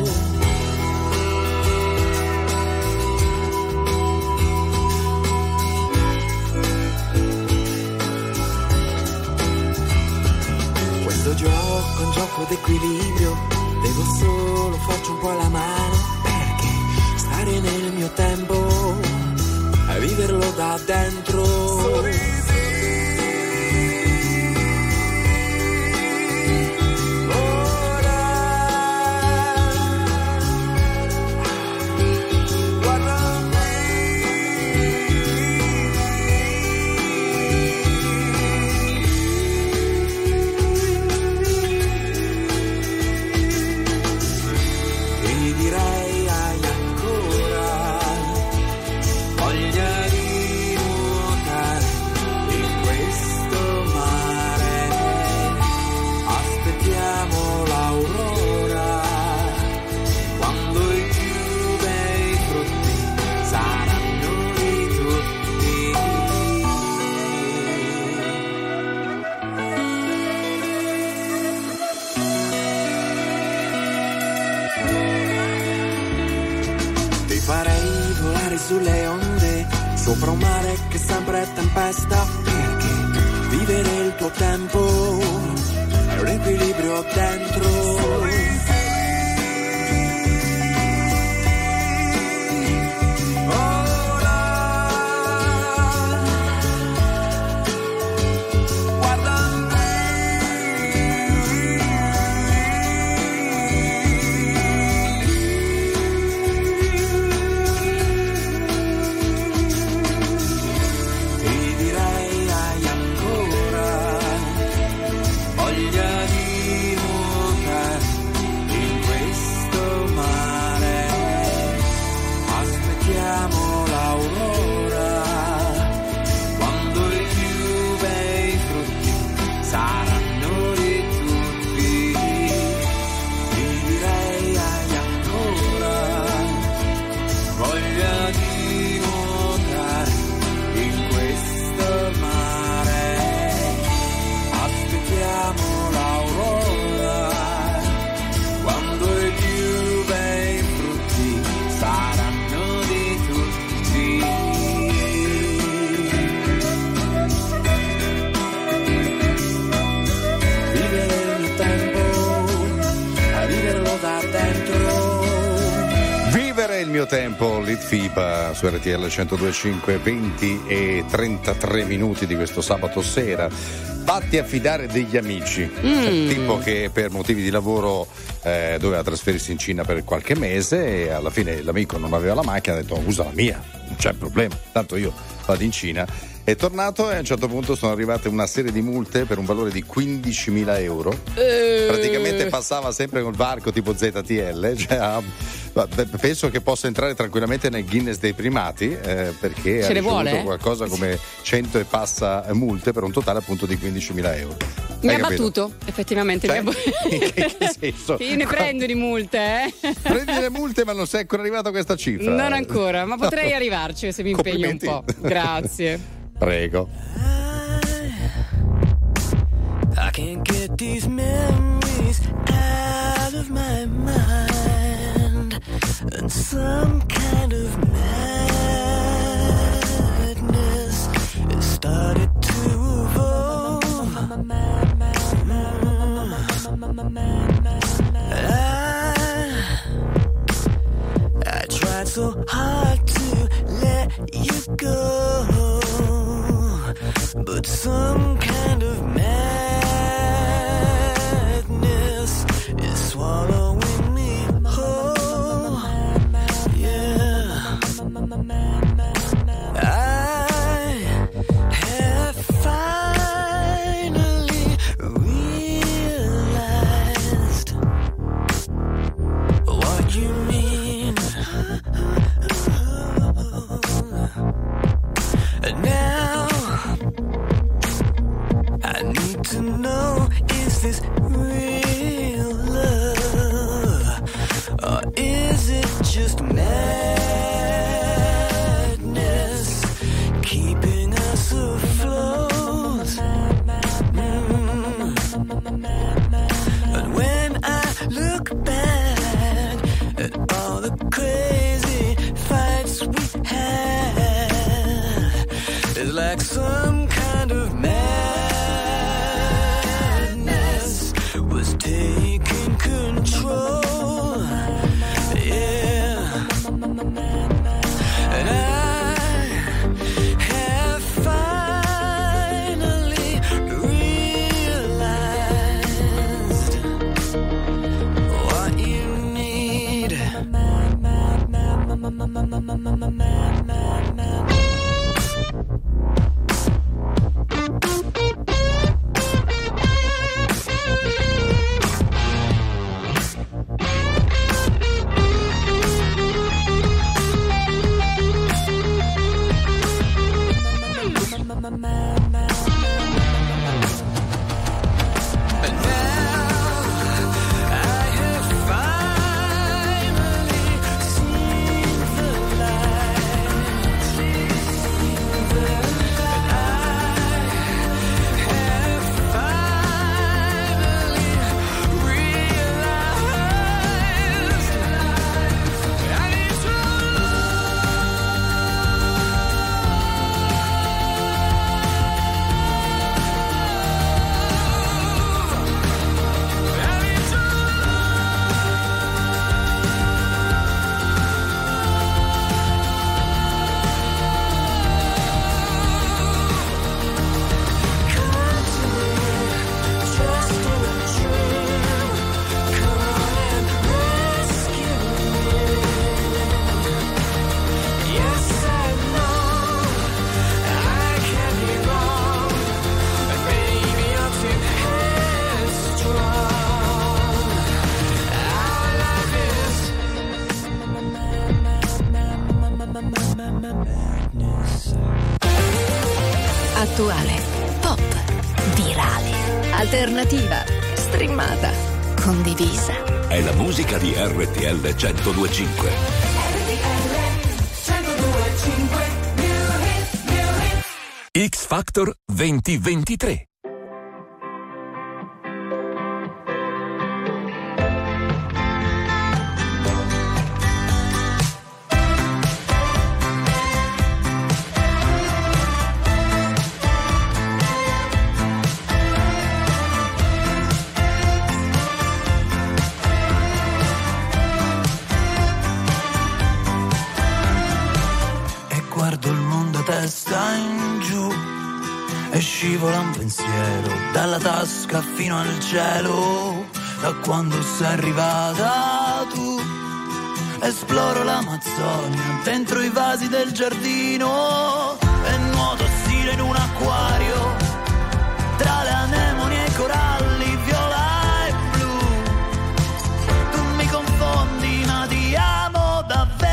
Questo gioco è un gioco d'equilibrio, devo solo farci un po' la mano, perché stare nel mio tempo e viverlo da dentro. Sulle onde, sopra un mare che sempre è tempesta, perché vivere il tuo tempo è un equilibrio dentro. Tempo, Litfiba su R T L centodue e cinque, venti e trentatré minuti di questo sabato sera. Vatti a fidare degli amici, Mm. tipo che per motivi di lavoro eh, doveva trasferirsi in Cina per qualche mese e alla fine l'amico non aveva la macchina, ha detto usa la mia, non c'è problema, tanto io vado in Cina. È tornato e a un certo punto sono arrivate una serie di multe per un valore di quindicimila euro. Eh. Praticamente passava sempre col varco tipo Z T L, cioè, ah, penso che possa entrare tranquillamente nel Guinness dei primati eh, perché Ce ha ne ricevuto vuole? qualcosa come cento e passa multe per un totale appunto di quindicimila euro. Mi Hai ha capito? battuto, effettivamente. Cioè, mi ha... in che, che senso? Io ne prendo di multe, eh? Prendi le multe ma non sei ancora arrivato a questa cifra. Non ancora, ma potrei arrivarci se mi impegno un Complimenti. po'. Grazie. Prego. I can't get these memories out of my mind, and some kind of madness has started to evolve. I, I tried so hard to let you go, but some kind of madness is swallowing me whole. Yeah, I have finally realized what you mean. Now alternativa, streamata, condivisa. È la musica di R T L centodue e cinque. X Factor duemilaventitré. Guardo il mondo a testa in giù e scivola un pensiero dalla tasca fino al cielo. Da quando sei arrivata tu esploro l'Amazzonia dentro i vasi del giardino e nuoto stile in un acquario tra le anemoni e i coralli viola e blu. Tu mi confondi ma ti amo davvero.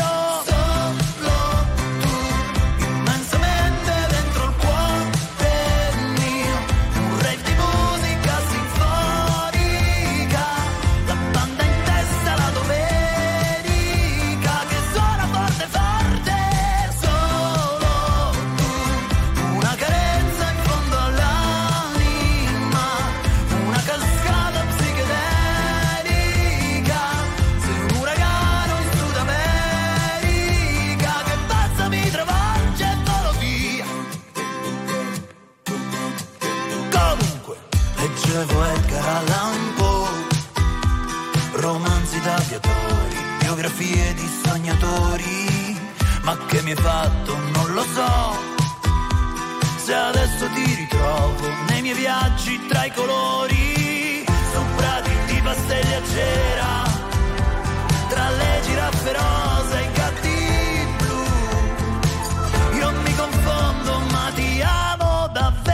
Leggevo Edgar Allan Poe, romanzi d'aviatori, biografie di sognatori, ma che mi hai fatto non lo so, se adesso ti ritrovo nei miei viaggi tra i colori, su prati di pastelli a cera, tra le giraffe rosa e i gatti blu, io mi confondo ma ti amo davvero.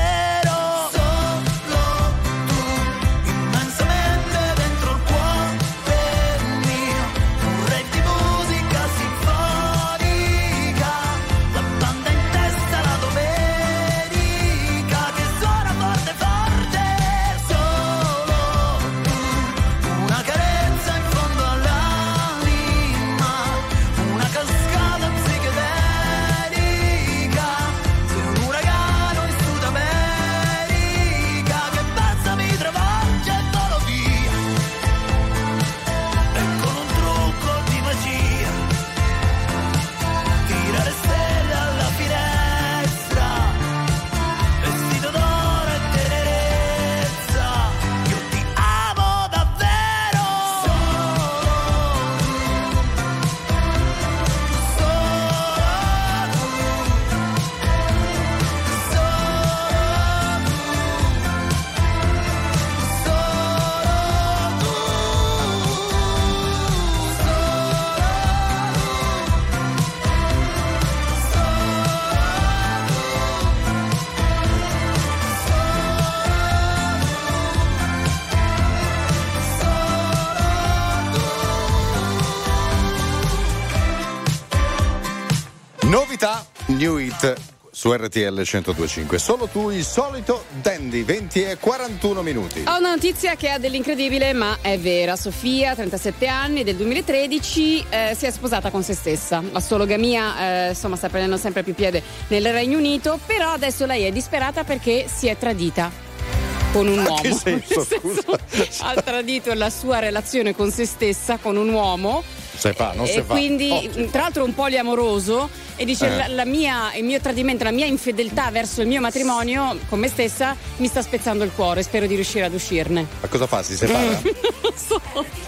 Novità, New Hit su R T L centodue e cinque. Solo tu, il solito Dandy, venti e quarantuno minuti. Ho una notizia che ha dell'incredibile, ma è vera. Sofia, trentasette anni, del duemilatredici, eh, si è sposata con se stessa. La sologamia, eh, insomma, sta prendendo sempre più piede nel Regno Unito, però adesso lei è disperata perché si è tradita con un Ma uomo. che senso, scusa? Ha tradito la sua relazione con se stessa con un uomo. Se fa, non e se fa. quindi, Ottimo. tra l'altro, un poliamoroso, e dice: Eh. la, la mia, il mio tradimento, la mia infedeltà verso il mio matrimonio con me stessa mi sta spezzando il cuore. Spero di riuscire ad uscirne. Ma cosa fa? Si separa? Non so.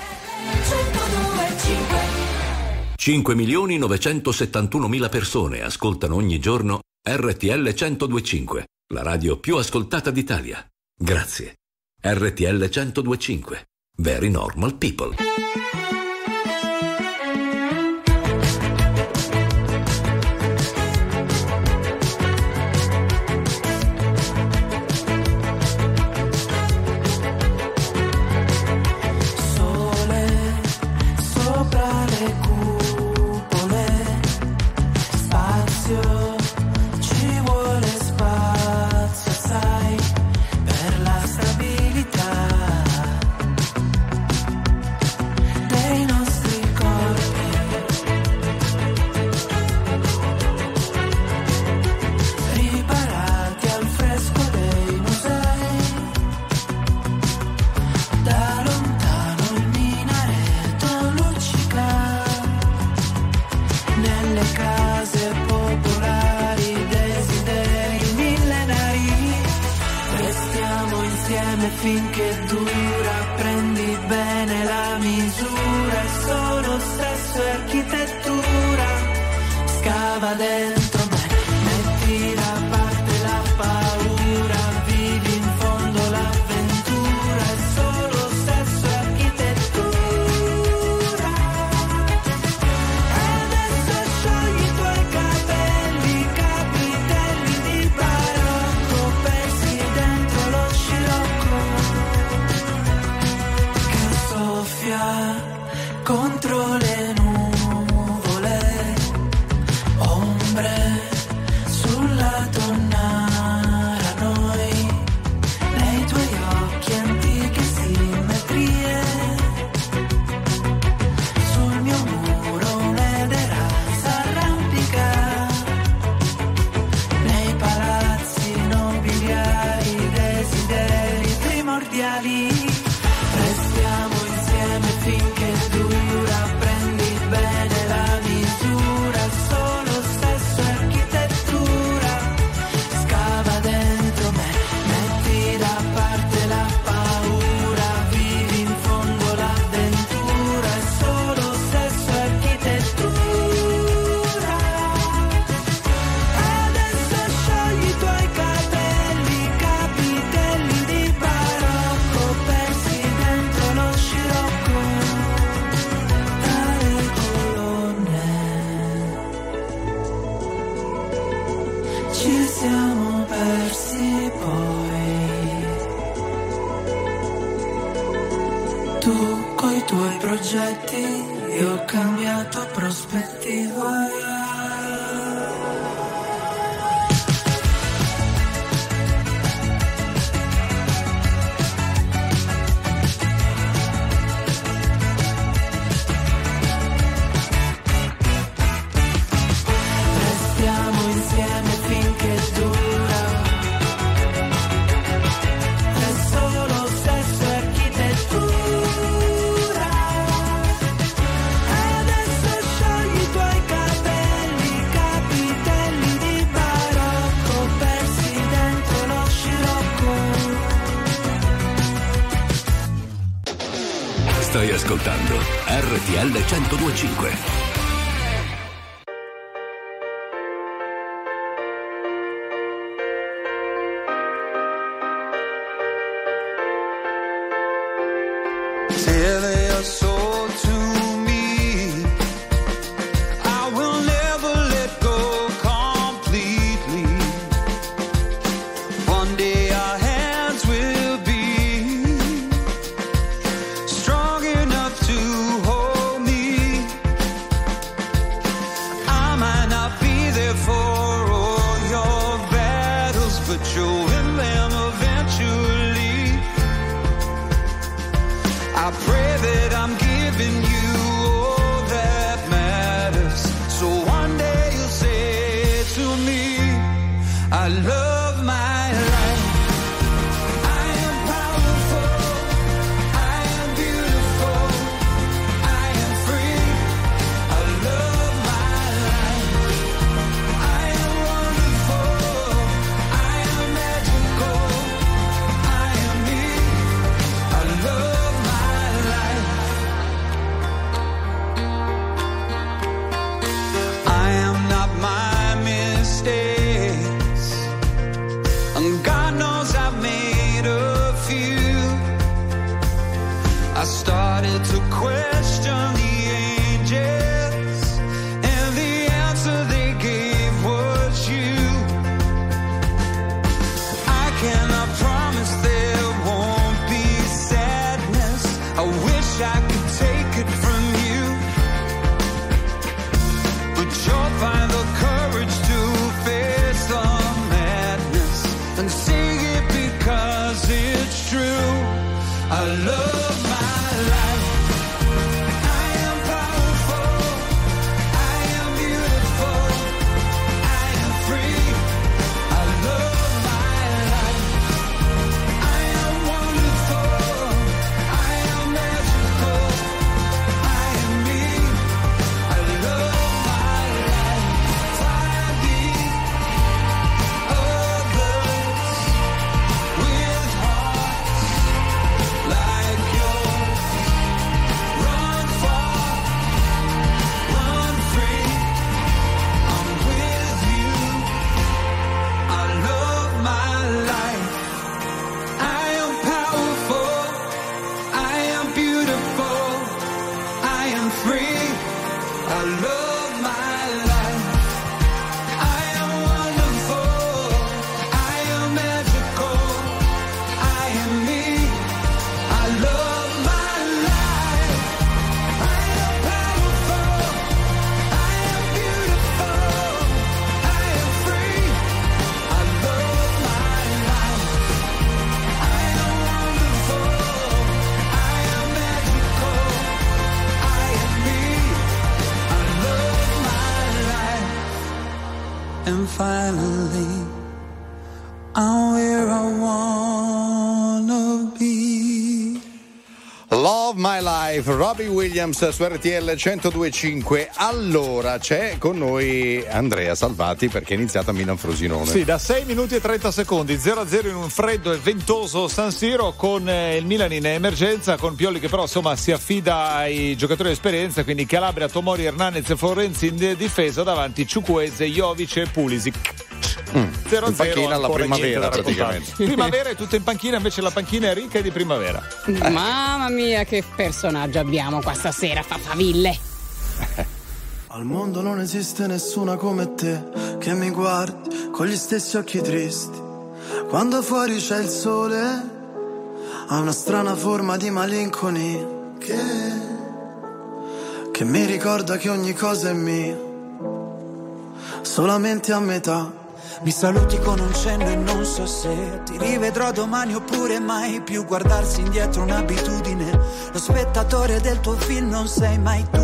cinque milioni novecentosettantunomila persone ascoltano ogni giorno R T L centodue e cinque, la radio più ascoltata d'Italia. Grazie. R T L centodue e cinque. Very normal people. Sopra le cupole, spazio, ci vuole spazio, sai, per la stabilità. finché dura, prendi bene la misura, è solo sesso e architettura, scava dentro me, metti da parte la paura, vivi in fondo l'avventura, è solo sesso e architettura. E adesso sciogli i tuoi capelli, capitelli di barocco, persi dentro lo scirocco che soffia contro le nuvole, ombre sulla tonnara, noi nei tuoi occhi antiche simmetrie, sul mio muro un'edera s'arrampica, nei palazzi nobiliari desideri primordiali, restiamo insieme finché dura, prendi bene la misura, solo sesso e architettura, scava dentro me, metti da parte la paura, vivi in fondo l'avventura, è solo sesso e architettura. Adesso sciogli i tuoi capelli, capitelli di barocco, persi dentro lo scirocco tra le colonne. Ci siamo persi poi, tu coi tuoi progetti, io ho cambiato prospettiva. Restiamo insieme finché dura, è solo sesso e architettura. Adesso sciogli i tuoi capelli, capitelli di barocco, persi dentro lo scirocco. Stai ascoltando R T L centodue e cinque. Tear your soul to me, I will never let go completely. One day our hands will be strong enough to hold me. I might not be there for all your battles, but you'll win them eventually. I pray that I'm giving you all that matters, so one day you'll say to me, I love my life. I am powerful, I am beautiful, I am free. I love my life. I am wonderful, I am magical, I am me. I love my life. I am not my mistakes, and God knows I've made a few. I started to question the angels, and the answer they gave was you. I cannot promise there won't be sadness, I wish I could take it from you, but you'll find the courage to face the madness and see it because it's true. I love my life. I am powerful, I am beautiful, I am free. I love my life. I am wonderful, I am magical, I and finally I'm where I wanna be. Love My Life, Robbie Williams su R T L centodue e cinque. Allora c'è con noi Andrea Salvati perché è iniziata Milan Frosinone. Sì, da sei minuti e trenta secondi, zero a zero in un freddo e ventoso San Siro, con eh, il Milan in emergenza, con Pioli che però insomma si affida ai giocatori di esperienza, quindi Calabria, Tomori, Hernandez e Florenzi in difesa, davanti Ciukwueze, Jovic e Pulisic. Mm. In panchina alla primavera praticamente. Primavera è tutto in panchina, invece la panchina è ricca di primavera. Eh. Mamma mia, che personaggio abbiamo qua stasera, fa faville. Al mondo non esiste nessuna come te che mi guardi con gli stessi occhi tristi. Quando fuori c'è il sole ha una strana forma di malinconia che, che mi ricorda che ogni cosa è mia, solamente a metà. Mi saluti con un cenno e non so se ti rivedrò domani oppure mai più. Guardarsi indietro un'abitudine, lo spettatore del tuo film non sei mai tu.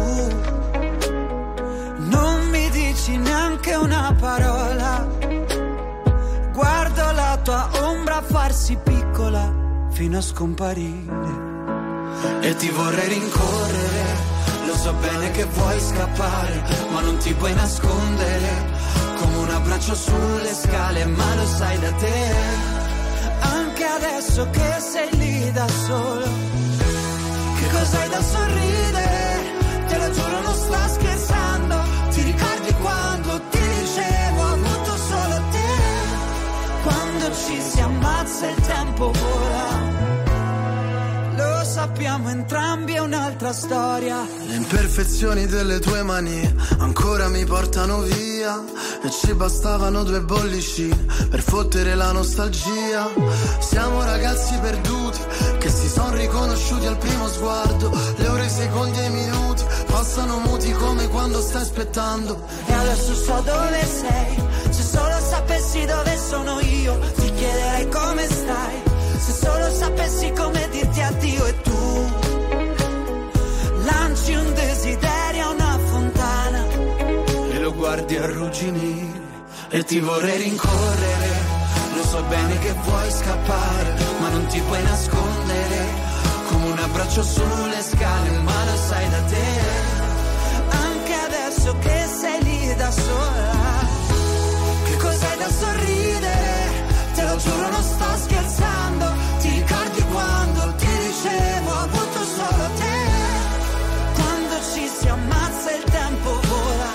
Non mi dici neanche una parola, guardo la tua ombra farsi piccola fino a scomparire. E ti vorrei rincorrere, lo so bene che vuoi scappare, ma non ti puoi nascondere. Come un abbraccio sulle scale, ma lo sai da te. Anche adesso che sei lì da solo, che cos'hai da sorridere? Te lo giuro non sto scherzando. Ti ricordi quando ti dicevo ho avuto solo te? Quando ci si ammazza il tempo vola, lo sappiamo entrambi, è un'altra storia. Le imperfezioni delle tue mani ancora mi portano via, e ci bastavano due bollicine per fottere la nostalgia. Siamo ragazzi perduti che si son riconosciuti al primo sguardo. Le ore, i secondi e i minuti passano muti come quando stai aspettando. E adesso so dove sei, se solo sapessi dove sono io ti chiederei come stai. Se solo sapessi come dirti addio e tu lanci un desiderio a una fontana e lo guardi arrugginire. E ti vorrei rincorrere, lo so bene che vuoi scappare, ma non ti puoi nascondere. Come un abbraccio sulle scale, ma lo sai da te. Anche adesso che sei lì da sola, che cos'hai da sorridere? Te lo giuro non sto scherzando. Ti ricordi quando ti dicevo ho avuto solo te? Quando ci si ammazza il tempo vola,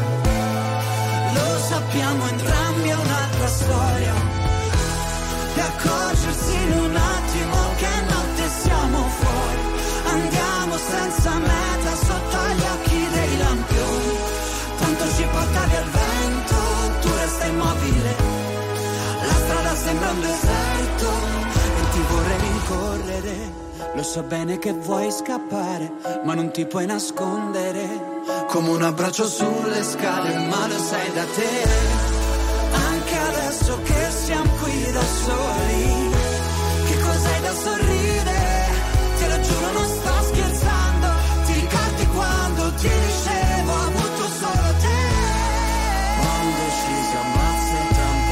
lo sappiamo entrambi, è un'altra storia. E accorgersi in un attimo che notte siamo fuori, andiamo senza meta sotto gli occhi dei lampioni. Tanto ci porta via il vento, tu resta immobile, la strada sembra un deserto. E ti vorrei rincorrere, lo so bene che vuoi scappare, ma non ti puoi nascondere. Come un abbraccio sulle scale, ma lo sai da te. Anche adesso che siamo qui da soli, che cos'hai da sorridere? Te lo giuro non sto scherzando. Ti ricordi quando ti dicevo ho avuto solo te? Quando ci si ammazza il tempo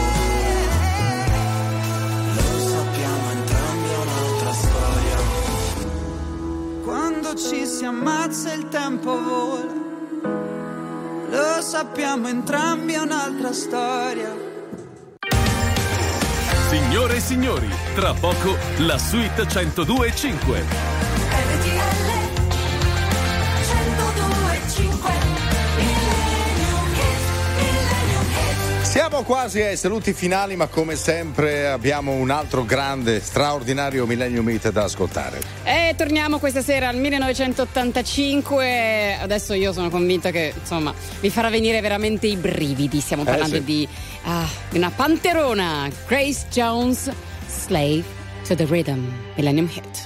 vola, lo sappiamo entrambi è un'altra storia. quando ci si ammazza il tempo vola, lo sappiamo entrambi, è un'altra storia. Signore e signori, tra poco la suite centodue e cinque. R T L centodue e cinque. Siamo quasi ai saluti finali, ma come sempre abbiamo un altro grande, straordinario Millennium Hit da ascoltare. E torniamo questa sera al millenovecentottantacinque. Adesso io sono convinta che insomma vi farà venire veramente i brividi. Stiamo parlando eh sì. di ah, una panterona, Grace Jones, Slave to the Rhythm, Millennium Hit.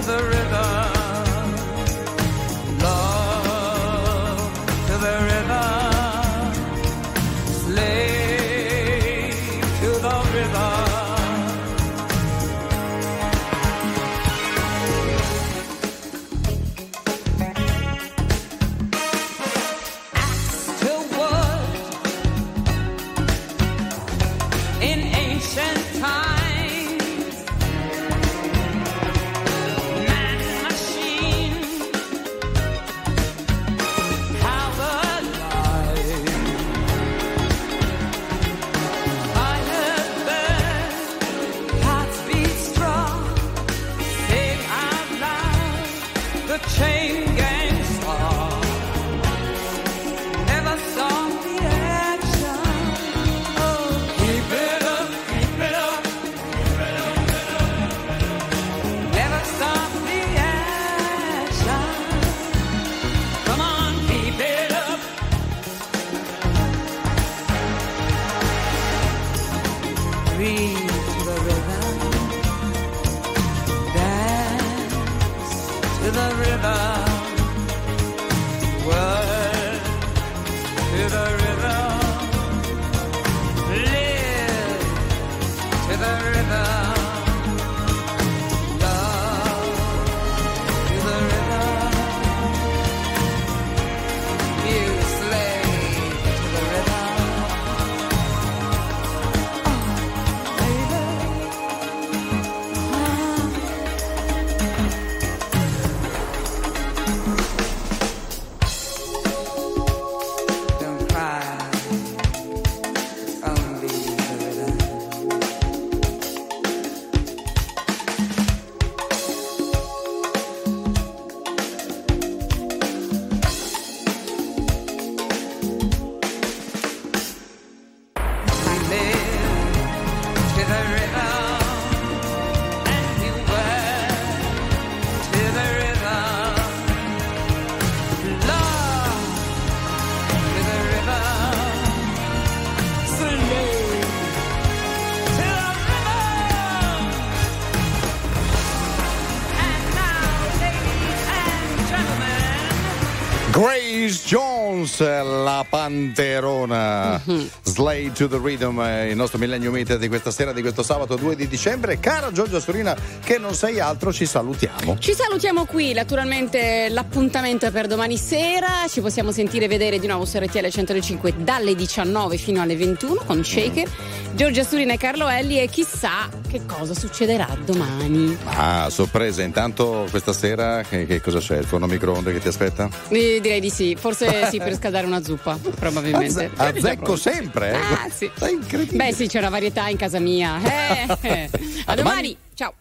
to the river. Love to the river. Slave to the river. Grace Jones, la panterona. Mm-hmm. Slave to the Rhythm, il nostro Millennium Hit di questa sera, di questo sabato due di dicembre. Cara Giorgia Surina, che non sei altro, ci salutiamo. Ci salutiamo qui, naturalmente l'appuntamento è per domani sera. Ci possiamo sentire e vedere di nuovo su R T L centocinque dalle diciannove fino alle ventuno con Shaker, mm. Giorgia Surina e Carlo Elli, e chissà che cosa succederà domani. Ah, sorpresa. Intanto questa sera che, che cosa c'è? Il forno microonde che ti aspetta? Eh, direi di sì, forse sì, per scaldare una zuppa, probabilmente. A zecco sempre, eh? Ah, sì. Beh sì, c'è una varietà in casa mia. Eh, eh. A, A domani. domani. Ciao.